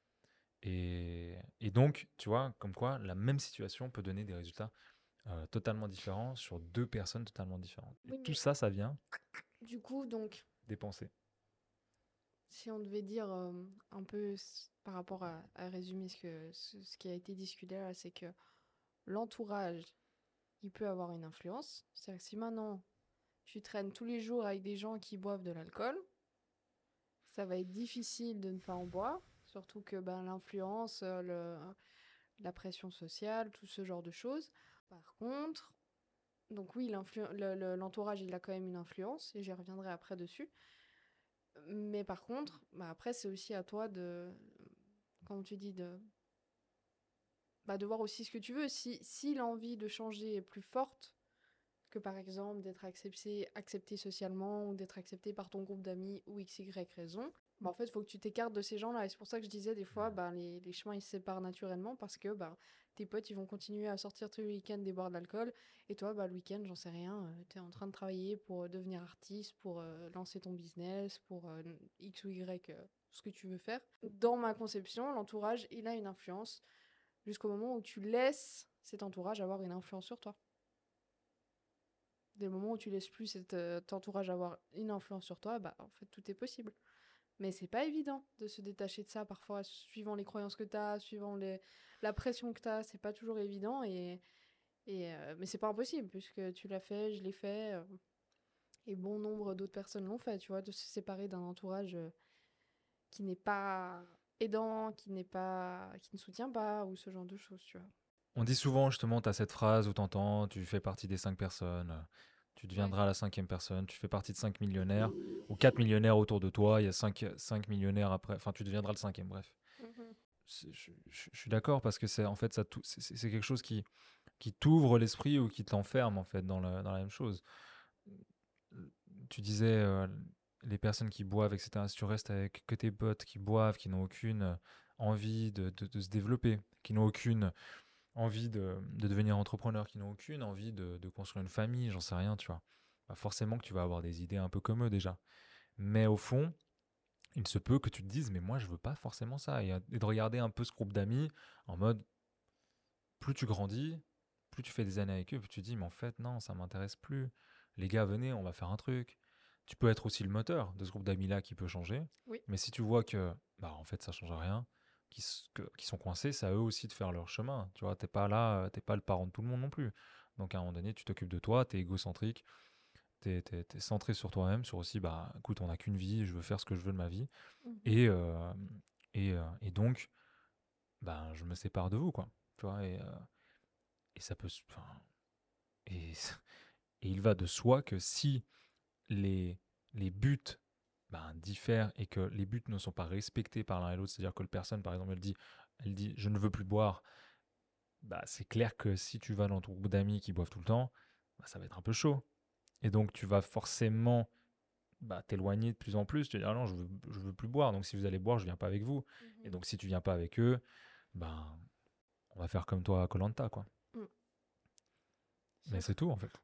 Et donc, tu vois, comme quoi la même situation peut donner des résultats totalement différents sur deux personnes totalement différentes. Et Oui, tout mais ça, ça vient du coup, donc, des pensées. si on devait dire un peu par rapport à résumer ce qui a été discuté là, c'est que l'entourage, il peut avoir une influence. C'est-à-dire que si maintenant tu traînes tous les jours avec des gens qui boivent de l'alcool, ça va être difficile de ne pas en boire. Surtout que ben, l'influence, la pression sociale, tout ce genre de choses. Par contre, donc oui, l'entourage, il a quand même une influence, et j'y reviendrai après dessus. Mais par contre, bah après, c'est aussi à toi comme tu dis, de voir aussi ce que tu veux. Si l'envie de changer est plus forte que par exemple d'être accepté socialement ou d'être accepté par ton groupe d'amis ou x, y raison, bah en fait, il faut que tu t'écartes de ces gens-là. Et c'est pour ça que je disais, des fois, bah, les chemins, ils se séparent naturellement parce que bah, tes potes, ils vont continuer à sortir tous les week-ends des boire de l'alcool. Et toi, bah, le week-end, j'en sais rien, tu es en train de travailler pour devenir artiste, pour lancer ton business, pour X ou Y, ce que tu veux faire. Dans ma conception, l'entourage, il a une influence jusqu'au moment où tu laisses cet entourage avoir une influence sur toi. Dès le moment où tu laisses plus cet entourage avoir une influence sur toi, bah en fait tout est possible. Mais c'est pas évident de se détacher de ça parfois, suivant les croyances que t'as, suivant la pression que t'as, c'est pas toujours évident mais c'est pas impossible puisque tu l'as fait, je l'ai fait et bon nombre d'autres personnes l'ont fait, tu vois, de se séparer d'un entourage qui n'est pas aidant, qui ne soutient pas ou ce genre de choses, tu vois. On dit souvent justement, tu as cette phrase où t'entends, tu fais partie des 5 personnes, tu Ouais. deviendras la cinquième personne, tu fais partie de 5 millionnaires, ou 4 millionnaires autour de toi, il y a cinq millionnaires après, enfin tu deviendras le cinquième, bref. Mhm. Je suis d'accord parce que c'est en fait c'est quelque chose qui t'ouvre l'esprit ou qui t'enferme en fait dans la même chose. Tu disais les personnes qui boivent, etc. Si tu restes avec que tes potes qui boivent, qui n'ont aucune envie de se développer, qui n'ont aucune envie de devenir entrepreneur, qui n'ont aucune envie de construire une famille, j'en sais rien, tu vois. Bah forcément que tu vas avoir des idées un peu comme eux déjà. Mais au fond, il se peut que tu te dises, mais moi je veux pas forcément ça. Et de regarder un peu ce groupe d'amis en mode, plus tu grandis, plus tu fais des années avec eux, plus tu te dis, mais en fait, non, ça m'intéresse plus. Les gars, venez, on va faire un truc. Tu peux être aussi le moteur de ce groupe d'amis-là qui peut changer. Oui. Mais si tu vois que, bah, en fait, ça change rien, qui sont coincés, c'est à eux aussi de faire leur chemin. Tu vois, t'es pas là, t'es pas le parent de tout le monde non plus. Donc à un moment donné, tu t'occupes de toi, t'es égocentrique, t'es centré sur toi-même, sur aussi, bah, écoute, on n'a qu'une vie, je veux faire ce que je veux de ma vie. Mhm. Et, et donc, ben, je me sépare de vous, quoi. Tu vois, et ça peut. Enfin, et, et il va de soi que si les, les buts diffèrent et que les buts ne sont pas respectés par l'un et l'autre, c'est-à-dire que la personne, par exemple, elle dit je ne veux plus boire, bah, c'est clair que si tu vas dans ton groupe d'amis qui boivent tout le temps, bah, ça va être un peu chaud. Et donc, tu vas forcément t'éloigner de plus en plus. Tu vas dire ah non, je veux plus boire, donc si vous allez boire, je viens pas avec vous. Et Mhm. donc, si tu viens pas avec eux, ben, on va faire comme toi à koh quoi. Mm. Mais c'est tout, en fait.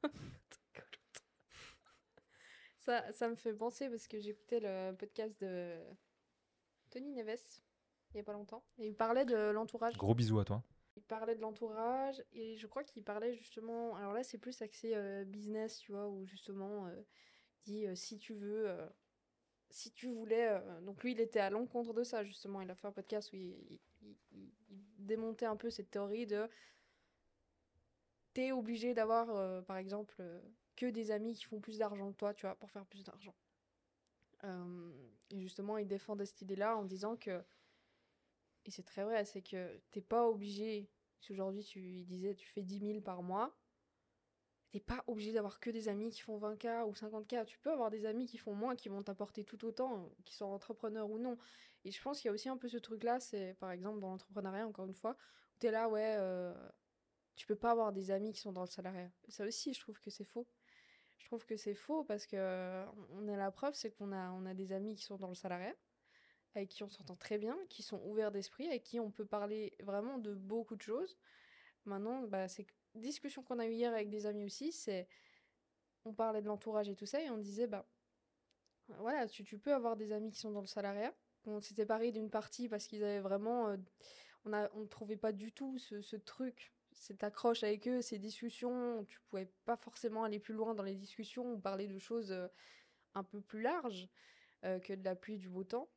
Ça me fait penser parce que j'écoutais le podcast de Tony Neves il y a pas longtemps et il parlait de l'entourage. Gros bisous à toi. Il parlait de l'entourage et je crois qu'il parlait justement. Alors là, c'est plus axé business, tu vois, où justement, il dit si tu voulais. Donc lui, il était à l'encontre de ça justement. Il a fait un podcast où il démontait un peu cette théorie de t'es obligé d'avoir, par exemple, que des amis qui font plus d'argent que toi, tu vois, pour faire plus d'argent. Et justement, il défendait cette idée-là en disant que, et c'est très vrai, c'est que t'es pas obligé, si aujourd'hui il disait tu fais 10 000 par mois, t'es pas obligé d'avoir que des amis qui font 20K ou 50K. Tu peux avoir des amis qui font moins, qui vont t'apporter tout autant, qui sont entrepreneurs ou non. Et je pense qu'il y a aussi un peu ce truc-là, c'est par exemple dans l'entrepreneuriat, encore une fois, où t'es là, ouais, tu peux pas avoir des amis qui sont dans le salariat. Et ça aussi, je trouve que c'est faux. Je trouve que c'est faux parce que on a la preuve, c'est qu'on a des amis qui sont dans le salariat, avec qui on s'entend très bien, qui sont ouverts d'esprit, avec qui on peut parler vraiment de beaucoup de choses. Maintenant, bah, c'est discussion qu'on a eue hier avec des amis aussi, c'est on parlait de l'entourage et tout ça, et on disait, bah, Voilà, tu peux avoir des amis qui sont dans le salariat. On s'est séparés d'une partie parce qu'ils avaient vraiment, on ne trouvait pas du tout ce truc, cette accroche avec eux, ces discussions. Tu pouvais pas forcément aller plus loin dans les discussions ou parler de choses un peu plus larges que de la pluie et du beau temps.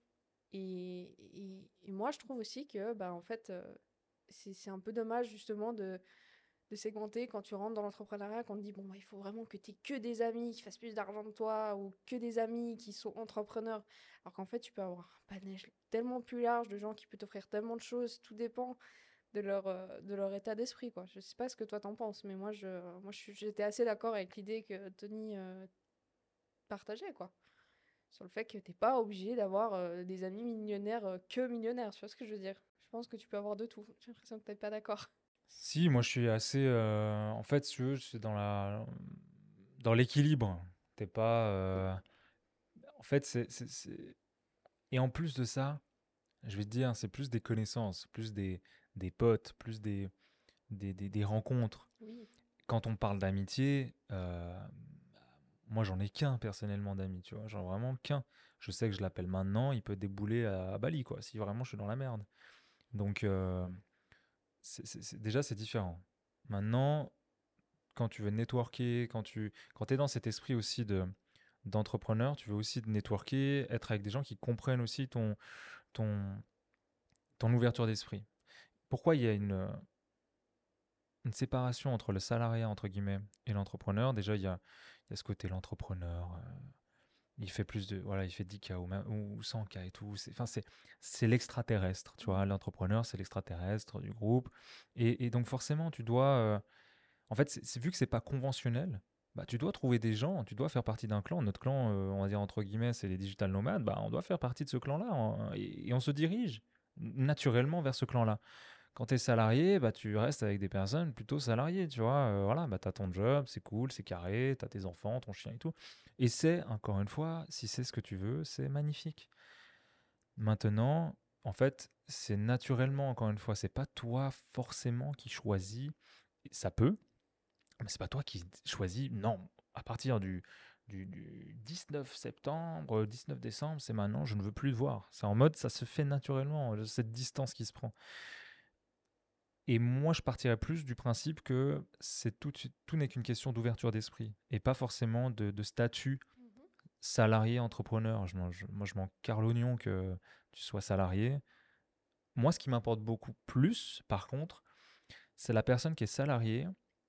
Et moi, je trouve aussi que, bah, en fait, c'est un peu dommage justement de segmenter quand tu rentres dans l'entrepreneuriat, qu'on te dit, bon, bah, il faut vraiment que tu aies que des amis qui fassent plus d'argent que toi ou que des amis qui sont entrepreneurs. Alors qu'en fait, tu peux avoir un panel tellement plus large de gens qui peuvent t'offrir tellement de choses. Tout dépend de leur état d'esprit, quoi. Je sais pas ce que toi t'en penses, mais j'étais assez d'accord avec l'idée que Tony partageait, quoi. Sur le fait que t'es pas obligé d'avoir des amis millionnaires que millionnaires, tu vois ce que je veux dire? Je pense que tu peux avoir de tout. J'ai l'impression que t'es pas d'accord. Si, moi je suis assez. En fait, si tu veux, c'est dans l'équilibre. T'es pas. En fait, Et en plus de ça, je vais te dire, c'est plus des connaissances, plus des potes, plus des rencontres. Oui. Quand on parle d'amitié, moi j'en ai qu'un personnellement d'amis, tu vois, genre vraiment qu'un. Je sais que je l'appelle maintenant, il peut débouler à Bali, quoi, si vraiment je suis dans la merde. Donc, déjà, c'est différent. Maintenant, quand tu veux networker, quand tu es dans cet esprit aussi d'entrepreneur, tu veux aussi networker, être avec des gens qui comprennent aussi ton, ton ouverture d'esprit. Pourquoi il y a une séparation entre le salariat, entre guillemets, et l'entrepreneur? Déjà, il y a ce côté, l'entrepreneur, il fait plus de, voilà, il fait 10K ou 100K et tout. C'est l'extraterrestre, tu vois. Mhm. L'entrepreneur, c'est l'extraterrestre du groupe. Et donc, forcément, tu dois. En fait, vu que c'est pas conventionnel, bah, tu dois trouver des gens, tu dois faire partie d'un clan. Notre clan, on va dire entre guillemets, c'est les digital nomades. Bah, on doit faire partie de ce clan-là, hein, et on se dirige naturellement vers ce clan-là. Quand tu es salarié, bah, tu restes avec des personnes plutôt salariées, tu vois. Voilà, bah, tu as ton job, c'est cool, c'est carré, tu as tes enfants, ton chien et tout. Et c'est, encore une fois, si c'est ce que tu veux, c'est magnifique. Maintenant, en fait, c'est naturellement, encore une fois, c'est pas toi forcément qui choisis. Ça peut, mais c'est pas toi qui choisis. Non, à partir du 19 septembre, 19 décembre, c'est maintenant, je ne veux plus te voir. C'est en mode, ça se fait naturellement, cette distance qui se prend. Et moi, je partirais plus du principe que tout n'est qu'une question d'ouverture d'esprit et pas forcément de statut Mhm. salarié, entrepreneur. Moi, je m'en carre l'oignon que tu sois salarié. Moi, ce qui m'importe beaucoup plus, par contre, c'est la personne qui est salariée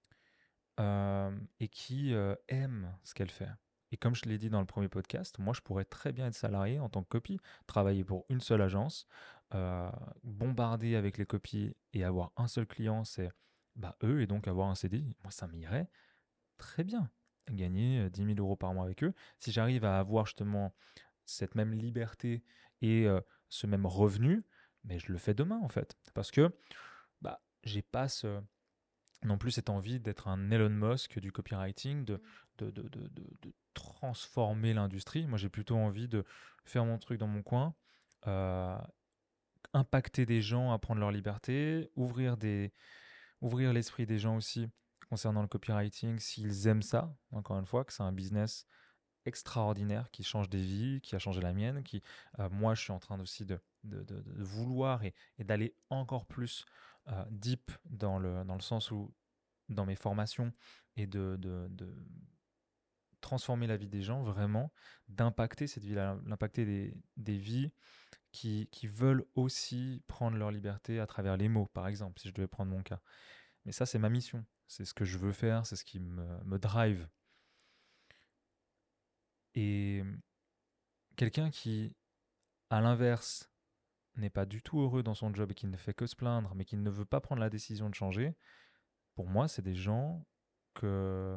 et qui aime ce qu'elle fait. Et comme je l'ai dit dans le premier podcast, moi, je pourrais très bien être salarié en tant que copie, travailler pour une seule agence, bombarder avec les copies et avoir un seul client, c'est bah, eux, et donc avoir un CDI. Moi, ça m'irait très bien. Gagner 10 000 euros par mois avec eux. Si j'arrive à avoir justement cette même liberté et ce même revenu, mais je le fais demain en fait. Parce que bah, j'ai pas non plus cette envie d'être un Elon Musk du copywriting, Mhm. de transformer l'industrie. Moi, j'ai plutôt envie de faire mon truc dans mon coin, euh, impacter des gens à prendre leur liberté, ouvrir l'esprit des gens aussi concernant le copywriting, s'ils aiment ça, encore une fois, que c'est un business extraordinaire qui change des vies, qui a changé la mienne, moi, je suis en train aussi de vouloir et d'aller encore plus deep dans le sens où dans mes formations et de transformer la vie des gens vraiment, d'impacter cette vie-là, d'impacter des vies qui veulent aussi prendre leur liberté à travers les mots, par exemple, si je devais prendre mon cas. Mais ça, c'est ma mission. C'est ce que je veux faire, c'est ce qui me drive. Et quelqu'un qui, à l'inverse, n'est pas du tout heureux dans son job et qui ne fait que se plaindre, mais qui ne veut pas prendre la décision de changer, pour moi, c'est des gens que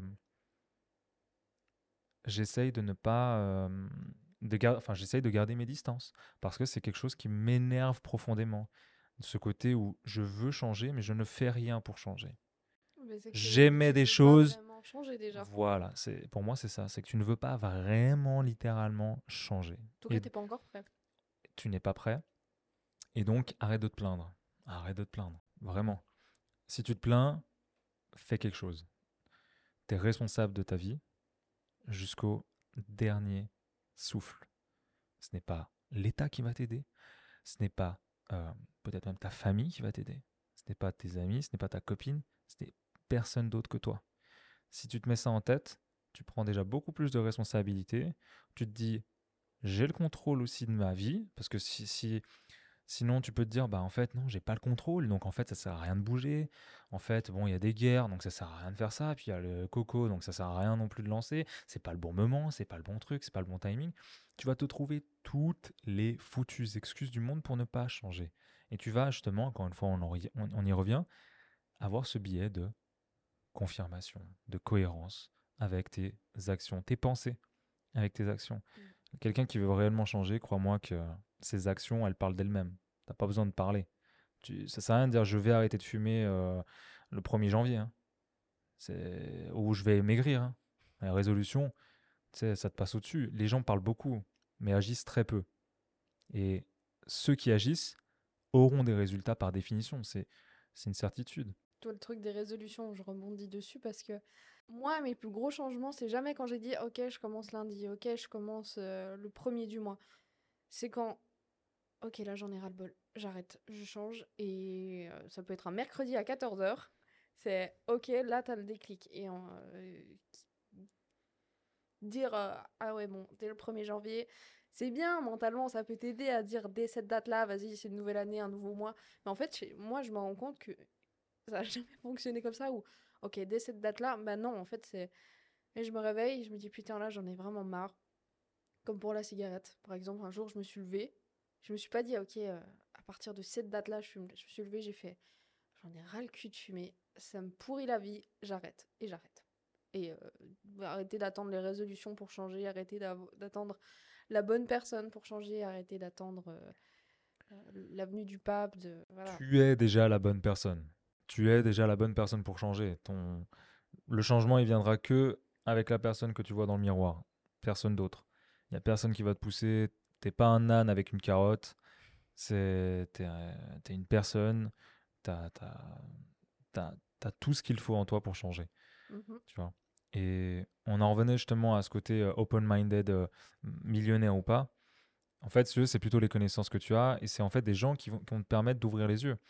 j'essaye de ne pas enfin j'essaye de garder mes distances parce que c'est quelque chose qui m'énerve profondément, ce côté où je veux changer mais je ne fais rien pour changer. Mais c'est que J'aimais tu des veux pas choses, vraiment changer déjà. voilà, c'est pour moi c'est ça, c'est que tu ne veux pas vraiment littéralement changer En tout cas, et t'es pas encore prêt. tu n'es pas prêt et donc arrête de te plaindre. Arrête de te plaindre, vraiment. Si tu te plains, fais quelque chose. Tu es responsable de ta vie jusqu'au dernier souffle. Ce n'est pas l'État qui va t'aider. Ce n'est pas peut-être même ta famille qui va t'aider. Ce n'est pas tes amis, ce n'est pas ta copine. Ce n'est personne d'autre que toi. Si tu te mets ça en tête, tu prends déjà beaucoup plus de responsabilités. Tu te dis, j'ai le contrôle aussi de ma vie. Parce que sinon, tu peux te dire, bah en fait, non, j'ai pas le contrôle. Donc en fait, ça sert à rien de bouger. En fait, bon, il y a des guerres, donc ça sert à rien de faire ça. Puis il y a le coco, donc ça sert à rien non plus de lancer. C'est pas le bon moment, c'est pas le bon truc, c'est pas le bon timing. Tu vas te trouver toutes les foutues excuses du monde pour ne pas changer. Et tu vas justement, encore une fois, on y revient, avoir ce biais de confirmation, de cohérence avec tes actions, tes pensées avec tes actions. Mm. Quelqu'un qui veut réellement changer, crois-moi que ses actions, elles parlent d'elles-mêmes. T'as pas besoin de parler. Ça sert à rien de dire je vais arrêter de fumer le 1er janvier. Hein. Ou je vais maigrir. Hein. La résolution, ça te passe au-dessus. Les gens parlent beaucoup, mais agissent très peu. Et ceux qui agissent auront des résultats par définition. C'est une certitude. Toi, le truc des résolutions, je rebondis dessus parce que moi, mes plus gros changements, c'est jamais quand j'ai dit ok, je commence lundi, ok, je commence le premier du mois. C'est quand ok, là j'en ai ras-le-bol, j'arrête, je change et ça peut être un mercredi à 14 h. C'est ok, là t'as le déclic. Et dire ah ouais, bon, dès le 1er janvier, c'est bien mentalement, ça peut t'aider à dire dès cette date-là, vas-y, c'est une nouvelle année, un nouveau mois. Mais en fait, moi, je me rends compte que ça n'a jamais fonctionné comme ça. Ou ok, dès cette date-là, bah non, en fait, c'est. Et je me réveille, je me dis putain, là, j'en ai vraiment marre. Comme pour la cigarette. Par exemple, un jour, je me suis levée. Je me suis pas dit, ok, à partir de cette date-là, je me suis levée, j'ai fait, j'en ai ras le cul de fumer. Ça me pourrit la vie, j'arrête. Et j'arrête. Et arrêter d'attendre les résolutions pour changer, arrêter d'attendre la bonne personne pour changer, arrêter d'attendre la venue du pape, voilà. Tu es déjà la bonne personne. Tu es déjà la bonne personne pour changer. Le changement, il viendra que avec la personne que tu vois dans le miroir. Personne d'autre. Il n'y a personne qui va te pousser. T'es pas un âne avec une carotte. T'es une personne. T'as, t'as, t'as tout ce qu'il faut en toi pour changer. Mhm. Tu vois. Et on en revenait justement à ce côté open-minded, millionnaire ou pas. En fait, c'est plutôt les connaissances que tu as et c'est en fait des gens qui vont te permettre d'ouvrir les yeux.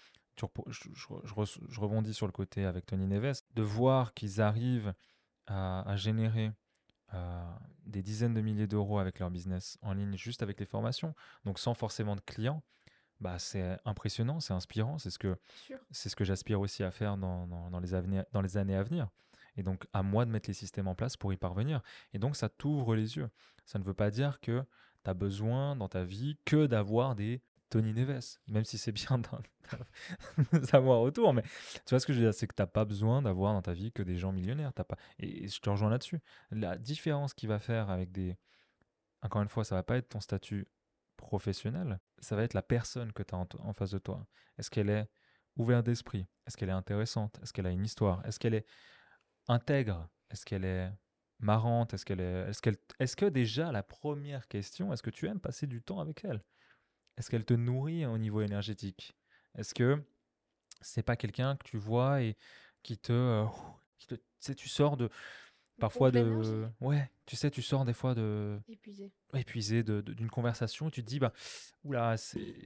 Je rebondis sur le côté avec Tony Neves, de voir qu'ils arrivent à générer des dizaines de milliers d'euros avec leur business en ligne juste avec les formations, donc sans forcément de clients, bah, c'est impressionnant, c'est inspirant, Sûr. c'est ce que j'aspire aussi à faire dans les années à venir. Et donc, à moi de mettre les systèmes en place pour y parvenir. Et donc, ça t'ouvre les yeux. Ça ne veut pas dire que tu as besoin dans ta vie que d'avoir des Tony Neves, même si c'est bien de savoir autour. Mais tu vois ce que je veux dire, c'est que tu n'as pas besoin d'avoir dans ta vie que des gens millionnaires. T'as pas... Et je te rejoins là-dessus. La différence qu'il va faire avec des... Encore une fois, ça va pas être ton statut professionnel, ça va être la personne que tu as en face de toi. Est-ce qu'elle est ouverte d'esprit? Est-ce qu'elle est intéressante? Est-ce qu'elle a une histoire? Est-ce qu'elle est intègre? Est-ce qu'elle est marrante? Est-ce que déjà la première question, est-ce que tu aimes passer du temps avec elle? Est-ce qu'elle te nourrit au niveau énergétique? Est-ce que c'est pas quelqu'un que tu vois et tu sais, tu sors de Une pompe parfois d'énergie. de ouais, tu sais, tu sors des fois de Épuisé. épuisé d'une conversation, tu te dis bah oula,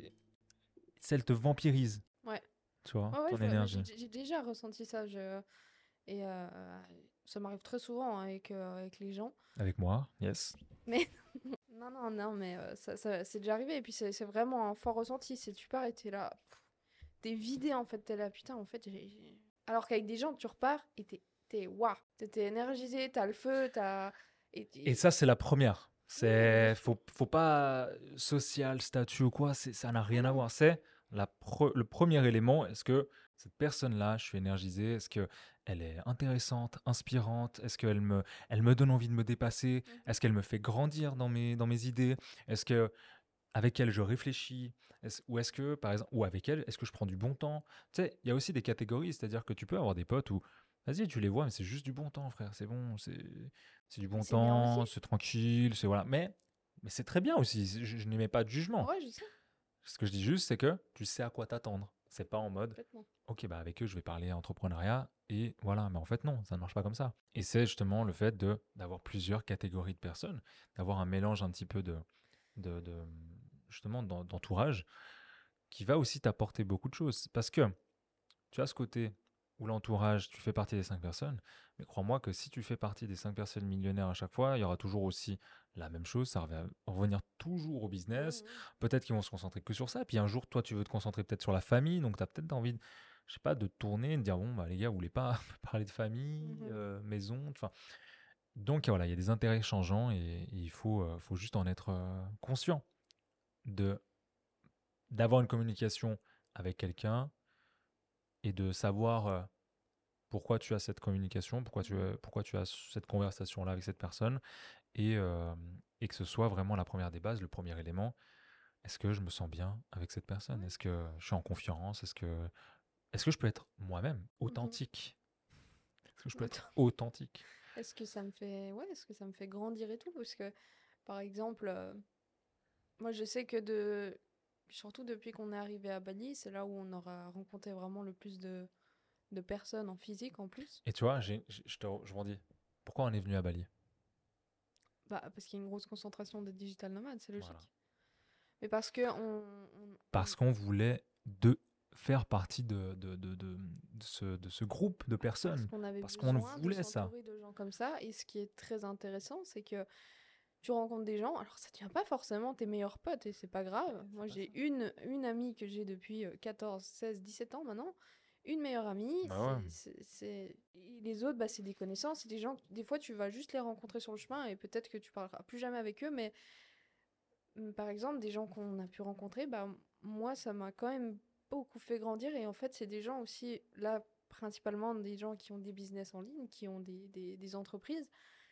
elle te vampirise, Ouais. tu vois, Ouais, ouais, ton mais j'ai énergie. j'ai déjà ressenti ça. Et ça m'arrive très souvent hein, avec les gens. Avec moi, yes. Mais non, non, non, mais c'est déjà arrivé. Et puis c'est vraiment un fort ressenti. C'est tu pars et t'es là. T'es vidé en fait. T'es là, putain, en fait. Alors qu'avec des gens, tu repars et t'es waouh. T'es énergisé, t'as le feu, t'as. Et ça, c'est la première. Oui, bien sûr. Faut pas social, statut ou quoi, ça n'a Ah rien à non. voir. C'est le premier élément. Est-ce que cette personne-là, je suis énergisé? Est-ce que elle est intéressante, inspirante? Est-ce elle me donne envie de me dépasser? Mhm. Est-ce qu'elle me fait grandir dans mes idées? Est-ce que avec elle je réfléchis? Ou est-ce que, par exemple, ou avec elle, est-ce que je prends du bon temps? Tu sais, il y a aussi des catégories, c'est-à-dire que tu peux avoir des potes où, vas-y, tu les vois, mais c'est juste du bon temps, frère, c'est bon, c'est du Mais bon c'est bien aussi. temps, c'est tranquille, c'est voilà. Mais c'est très bien aussi, je n'émets pas de jugement. Ouais, je sais. Ce que je dis juste, c'est que tu sais à quoi t'attendre. C'est pas en mode, Complètement. ok, bah avec eux, je vais parler entrepreneuriat, Et voilà, mais en fait non, ça ne marche pas comme ça. Et c'est justement le fait d'avoir plusieurs catégories de personnes, d'avoir un mélange un petit peu de justement d'entourage qui va aussi t'apporter beaucoup de choses. Parce que tu as ce côté où l'entourage, tu fais partie des 5 personnes, mais crois-moi que si tu fais partie des 5 personnes millionnaires à chaque fois, il y aura toujours aussi la même chose, ça va revenir toujours au business. Mhm. Peut-être qu'ils vont se concentrer que sur ça, puis un jour, toi, tu veux te concentrer peut-être sur la famille, donc tu as peut-être envie, je sais pas, de tourner, de dire, bon, bah les gars, vous voulez pas parler de famille, Mhm. maison, enfin... Donc voilà, il y a des intérêts changeants et il faut juste en être conscient de d'avoir une communication avec quelqu'un et de savoir pourquoi tu as cette communication, Mhm. pourquoi tu as cette conversation-là avec cette personne, et, euh, et que ce soit vraiment la première des bases, le premier élément. Est-ce que je me sens bien avec cette personne? Ouais. Est-ce que je suis en confiance? Est-ce que je peux être moi-même, Mhm. authentique? Est-ce que je peux être Attends. authentique? Est-ce que ça me fait, ouais, est-ce que ça me fait grandir et tout? Parce que, par exemple, moi, je sais que surtout depuis qu'on est arrivé à Bali, c'est là où on aura rencontré vraiment le plus de personnes en physique en plus. Et tu vois, je m'en dis, pourquoi on est venu à Bali? Bah, parce qu'il y a une grosse concentration de digital nomades, c'est Voilà. logique. Mais parce que Parce qu'on voulait faire partie de ce groupe de parce personnes. qu'on avait Parce qu'on besoin de voulait ça. s'entourer de gens comme ça. Et ce qui est très intéressant, c'est que tu rencontres des gens, alors ça devient pas forcément tes meilleurs potes et c'est pas grave. C'est Moi, pas ça. j'ai une amie que j'ai depuis 14, 16, 17 ans maintenant. Une meilleure amie, Bah ouais. et les autres, bah, c'est des connaissances, c'est des gens, des fois tu vas juste les rencontrer sur le chemin et peut-être que tu parleras plus jamais avec eux, mais par exemple, des gens qu'on a pu rencontrer, bah, moi, ça m'a quand même beaucoup fait grandir. Et en fait, c'est des gens aussi, là, principalement des gens qui ont des business en ligne, qui ont des entreprises.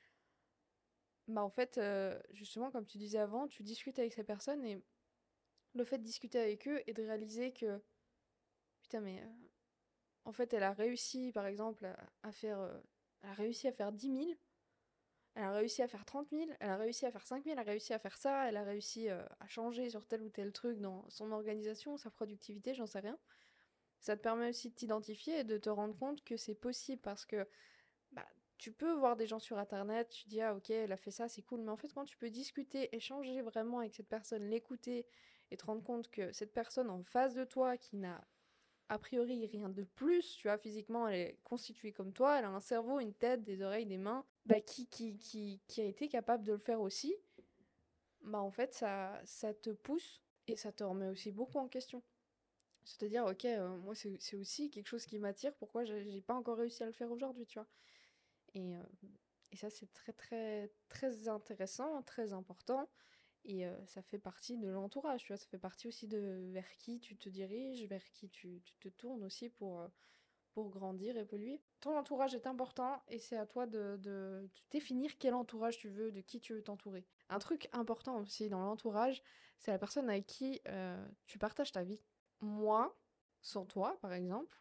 Bah, en fait, justement, comme tu disais avant, tu discutes avec ces personnes et le fait de discuter avec eux et de réaliser que, putain, mais en fait, elle a réussi, par exemple, à faire, elle a réussi à faire 10 000. Elle a réussi à faire 30 000, elle a réussi à faire 5 000, elle a réussi à faire ça, elle a réussi à changer sur tel ou tel truc dans son organisation, sa productivité, j'en sais rien. Ça te permet aussi de t'identifier et de te rendre compte que c'est possible parce que bah, tu peux voir des gens sur internet, tu dis ah ok, elle a fait ça, c'est cool, mais en fait quand tu peux discuter, échanger vraiment avec cette personne, l'écouter et te rendre compte que cette personne en face de toi qui n'a a priori rien de plus, tu vois, physiquement elle est constituée comme toi, elle a un cerveau, une tête, des oreilles, des mains, bah, qui a été capable de le faire aussi, bah en fait ça te pousse et ça te remet aussi beaucoup en question. C'est-à-dire, ok, moi c'est aussi quelque chose qui m'attire, pourquoi j'ai pas encore réussi à le faire aujourd'hui, tu vois. Et, euh, et ça c'est très très très intéressant, très important, et ça fait partie de l'entourage, tu vois, ça fait partie aussi de vers qui tu te diriges, vers qui tu te tournes aussi pour grandir, évoluer. Ton entourage est important et c'est à toi de définir quel entourage tu veux, de qui tu veux t'entourer. Un truc important aussi dans l'entourage, c'est la personne avec qui tu partages ta vie. Moi, sans toi, par exemple,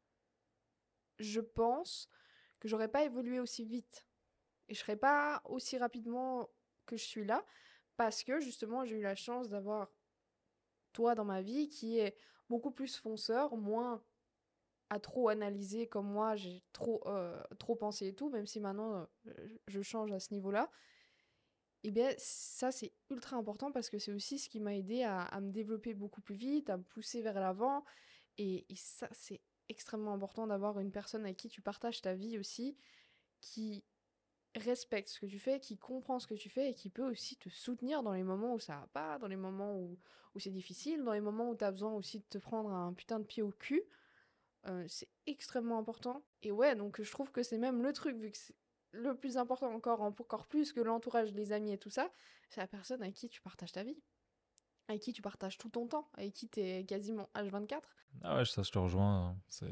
je pense que j'aurais pas évolué aussi vite et je serais pas aussi rapidement que je suis là parce que justement j'ai eu la chance d'avoir toi dans ma vie qui est beaucoup plus fonceur, moins à trop analyser comme moi, j'ai trop pensé et tout, même si maintenant je change à ce niveau-là, et bien ça c'est ultra important parce que c'est aussi ce qui m'a aidé à me développer beaucoup plus vite, à me pousser vers l'avant, et ça c'est extrêmement important d'avoir une personne avec qui tu partages ta vie aussi, qui respecte ce que tu fais, qui comprend ce que tu fais et qui peut aussi te soutenir dans les moments où ça va pas, dans les moments où c'est difficile, dans les moments où tu as besoin aussi de te prendre un putain de pied au cul. C'est extrêmement important. Et ouais, donc je trouve que c'est même le truc, vu que c'est le plus important encore plus que l'entourage, les amis et tout ça, c'est la personne avec qui tu partages ta vie, avec qui tu partages tout ton temps, avec qui t'es quasiment H24. Ah ouais, ça, je te rejoins, hein. C'est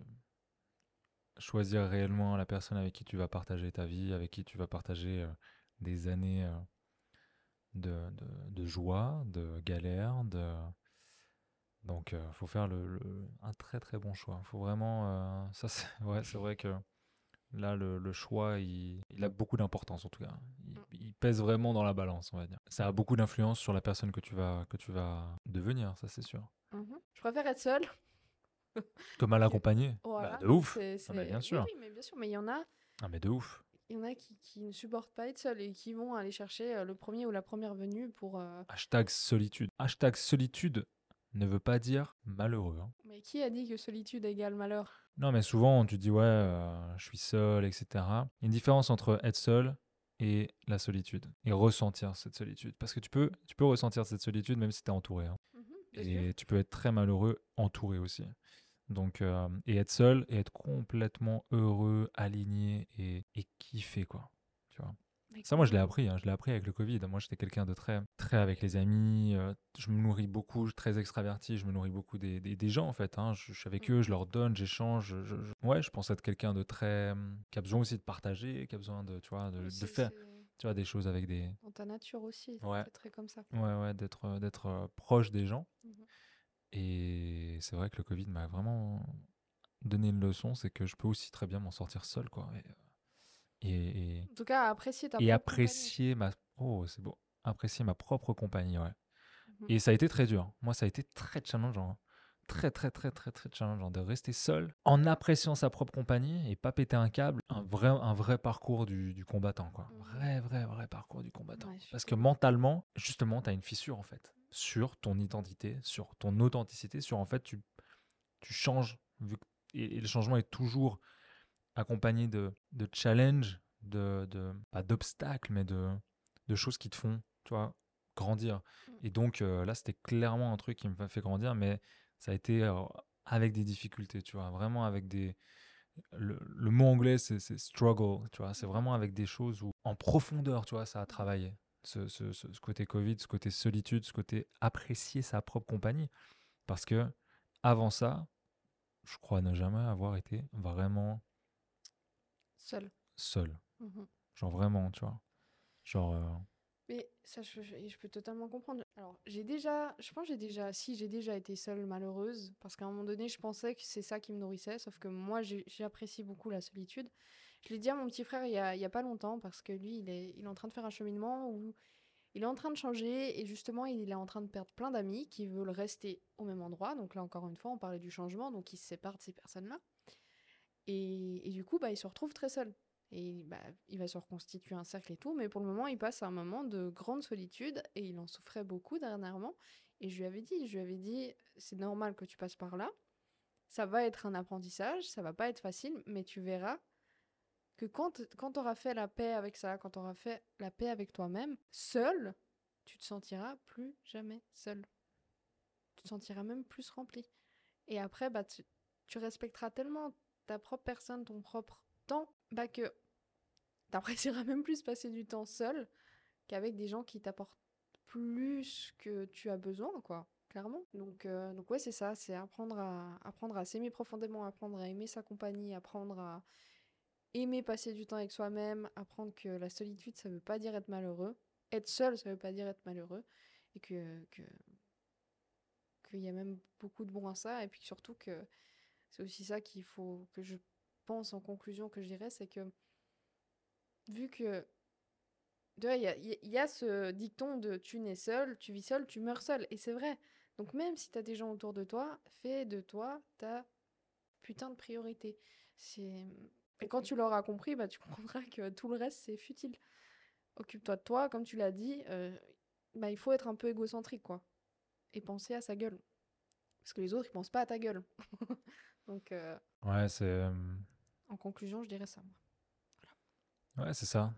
choisir réellement la personne avec qui tu vas partager ta vie, avec qui tu vas partager des années de joie, de galère, donc faut faire un très très bon choix. Faut vraiment, ça c'est ouais, c'est vrai que là le choix il a beaucoup d'importance en tout cas. Il pèse vraiment dans la balance, on va dire. Ça a beaucoup d'influence sur la personne que tu vas devenir, ça c'est sûr. Mhm. Je préfère être seule Que mal que- accompagné. Bah, Voilà, de donc ouf. Ah, bah, bien Oui, sûr. oui, mais bien sûr, mais il y en a, Ah, mais de ouf. qui ne supportent pas être seuls et qui vont aller chercher le premier ou la première venue pour... Hashtag solitude. Hashtag solitude ne veut pas dire malheureux, hein. Mais qui a dit que solitude égale malheur? Non, mais souvent, tu dis, ouais, je suis seul, etc. Il y a une différence entre être seul et la solitude. Et ressentir cette solitude. Parce que tu peux ressentir cette solitude même si tu es entouré, hein. Mhm, bien sûr. Et tu peux être très malheureux entouré aussi. Donc, et être seul et être complètement heureux, aligné et kiffer, quoi. Tu vois. Mais Ça, moi, je l'ai complètement. appris. Hein, je l'ai appris avec le Covid. Moi, j'étais quelqu'un de très, très avec les amis. Je me nourris beaucoup, je suis très extraverti. Je me nourris beaucoup des gens, en fait. Hein. Je suis avec eux, je leur donne, j'échange. Ouais, je pense être quelqu'un de très. Qui a besoin aussi de partager, qui a besoin de, tu vois, Oui, de faire tu vois, des choses avec des. dans ta nature aussi, Ouais, t'es très comme ça. ouais, d'être proche des gens. Mhm. Et c'est vrai que le Covid m'a vraiment donné une leçon, c'est que je peux aussi très bien m'en sortir seul, quoi. Et, En tout cas, apprécier ta et propre compagnie. apprécier ma... Oh, c'est beau. Apprécier ma propre compagnie, ouais. Mhm. Et ça a été très dur. Moi, ça a été très challengeant, hein. Très, très, très, très, très challengeant de rester seul en appréciant sa propre compagnie et pas péter un câble. Un vrai parcours du combattant, quoi. Mhm. Vrai parcours du combattant. Ouais, je suis Parce que tellement d'accord. mentalement, justement, tu as une fissure, en fait, sur ton identité, sur ton authenticité, sur, en fait, tu changes. Et le changement est toujours accompagné de challenges, pas d'obstacles, mais de choses qui te font, tu vois, grandir. Mm. Et donc là, c'était clairement un truc qui m'a fait grandir, mais ça a été avec des difficultés, tu vois, vraiment avec des... Le mot anglais, c'est struggle, tu vois, c'est Mhm. vraiment avec des choses où, en profondeur, tu vois, ça a Mhm. travaillé. Ce côté Covid, ce côté solitude, ce côté apprécier sa propre compagnie. Parce que avant ça, je crois ne jamais avoir été vraiment Seul. seul. Mhm. Genre vraiment, tu vois. Genre, Mais ça, je peux totalement comprendre. Alors, je pense que j'ai déjà été seule malheureuse, parce qu'à un moment donné, je pensais que c'est ça qui me nourrissait, sauf que moi, j'apprécie beaucoup la solitude. Je l'ai dit à mon petit frère il y a pas longtemps, parce que lui, il est en train de faire un cheminement où il est en train de changer, et justement, il est en train de perdre plein d'amis qui veulent rester au même endroit. Donc là, encore une fois, on parlait du changement, donc il se sépare de ces personnes-là. Et du coup, bah, il se retrouve très seul. Et bah, il va se reconstituer un cercle et tout, mais pour le moment, il passe un moment de grande solitude et il en souffrait beaucoup dernièrement. Et je lui avais dit, c'est normal que tu passes par là. Ça va être un apprentissage, ça va pas être facile, mais tu verras que quand tu auras fait la paix avec ça, quand tu auras fait la paix avec toi-même, seul, tu te sentiras plus jamais seul. Tu te sentiras même plus rempli. Et après, bah, tu respecteras tellement ta propre personne, ton propre temps, bah, que t'apprécieras même plus passer du temps seul qu'avec des gens qui t'apportent plus que tu as besoin, quoi. Clairement. Donc ouais, c'est ça, c'est apprendre à s'aimer profondément, apprendre à aimer sa compagnie, apprendre à aimer passer du temps avec soi-même, apprendre que la solitude, ça veut pas dire être malheureux. Être seul, ça veut pas dire être malheureux. Et qu'il y a même beaucoup de bon à ça. Et puis surtout que c'est aussi ça qu'il faut que je pense en conclusion que je dirais, c'est que vu que il y a ce dicton de tu nais seul, tu vis seul, tu meurs seul. Et c'est vrai. Donc même si t'as des gens autour de toi, fais de toi ta putain de priorité. C'est... Et quand tu l'auras compris, bah, tu comprendras que tout le reste, c'est futile. Occupe-toi de toi, comme tu l'as dit, bah, il faut être un peu égocentrique, quoi. Et penser à sa gueule. Parce que les autres, ils pensent pas à ta gueule. Donc, ouais, c'est... en conclusion, je dirais ça, moi. ouais, c'est ça.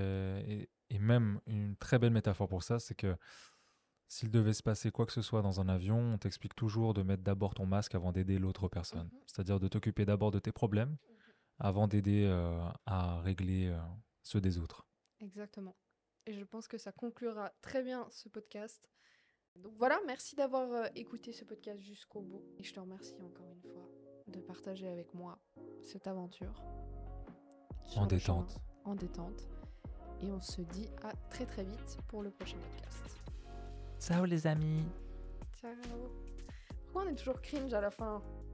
Et même une très belle métaphore pour ça, c'est que s'il devait se passer quoi que ce soit dans un avion, on t'explique toujours de mettre d'abord ton masque avant d'aider l'autre personne. Mhm. C'est-à-dire de t'occuper d'abord de tes problèmes avant d'aider à régler ceux des autres. Exactement. Et je pense que ça conclura très bien ce podcast. Donc voilà, merci d'avoir écouté ce podcast jusqu'au bout. Et je te remercie encore une fois de partager avec moi cette aventure En sur le chemin, détente. en détente. Et on se dit à très très vite pour le prochain podcast. Ciao les amis. Ciao. Pourquoi on est toujours cringe à la fin?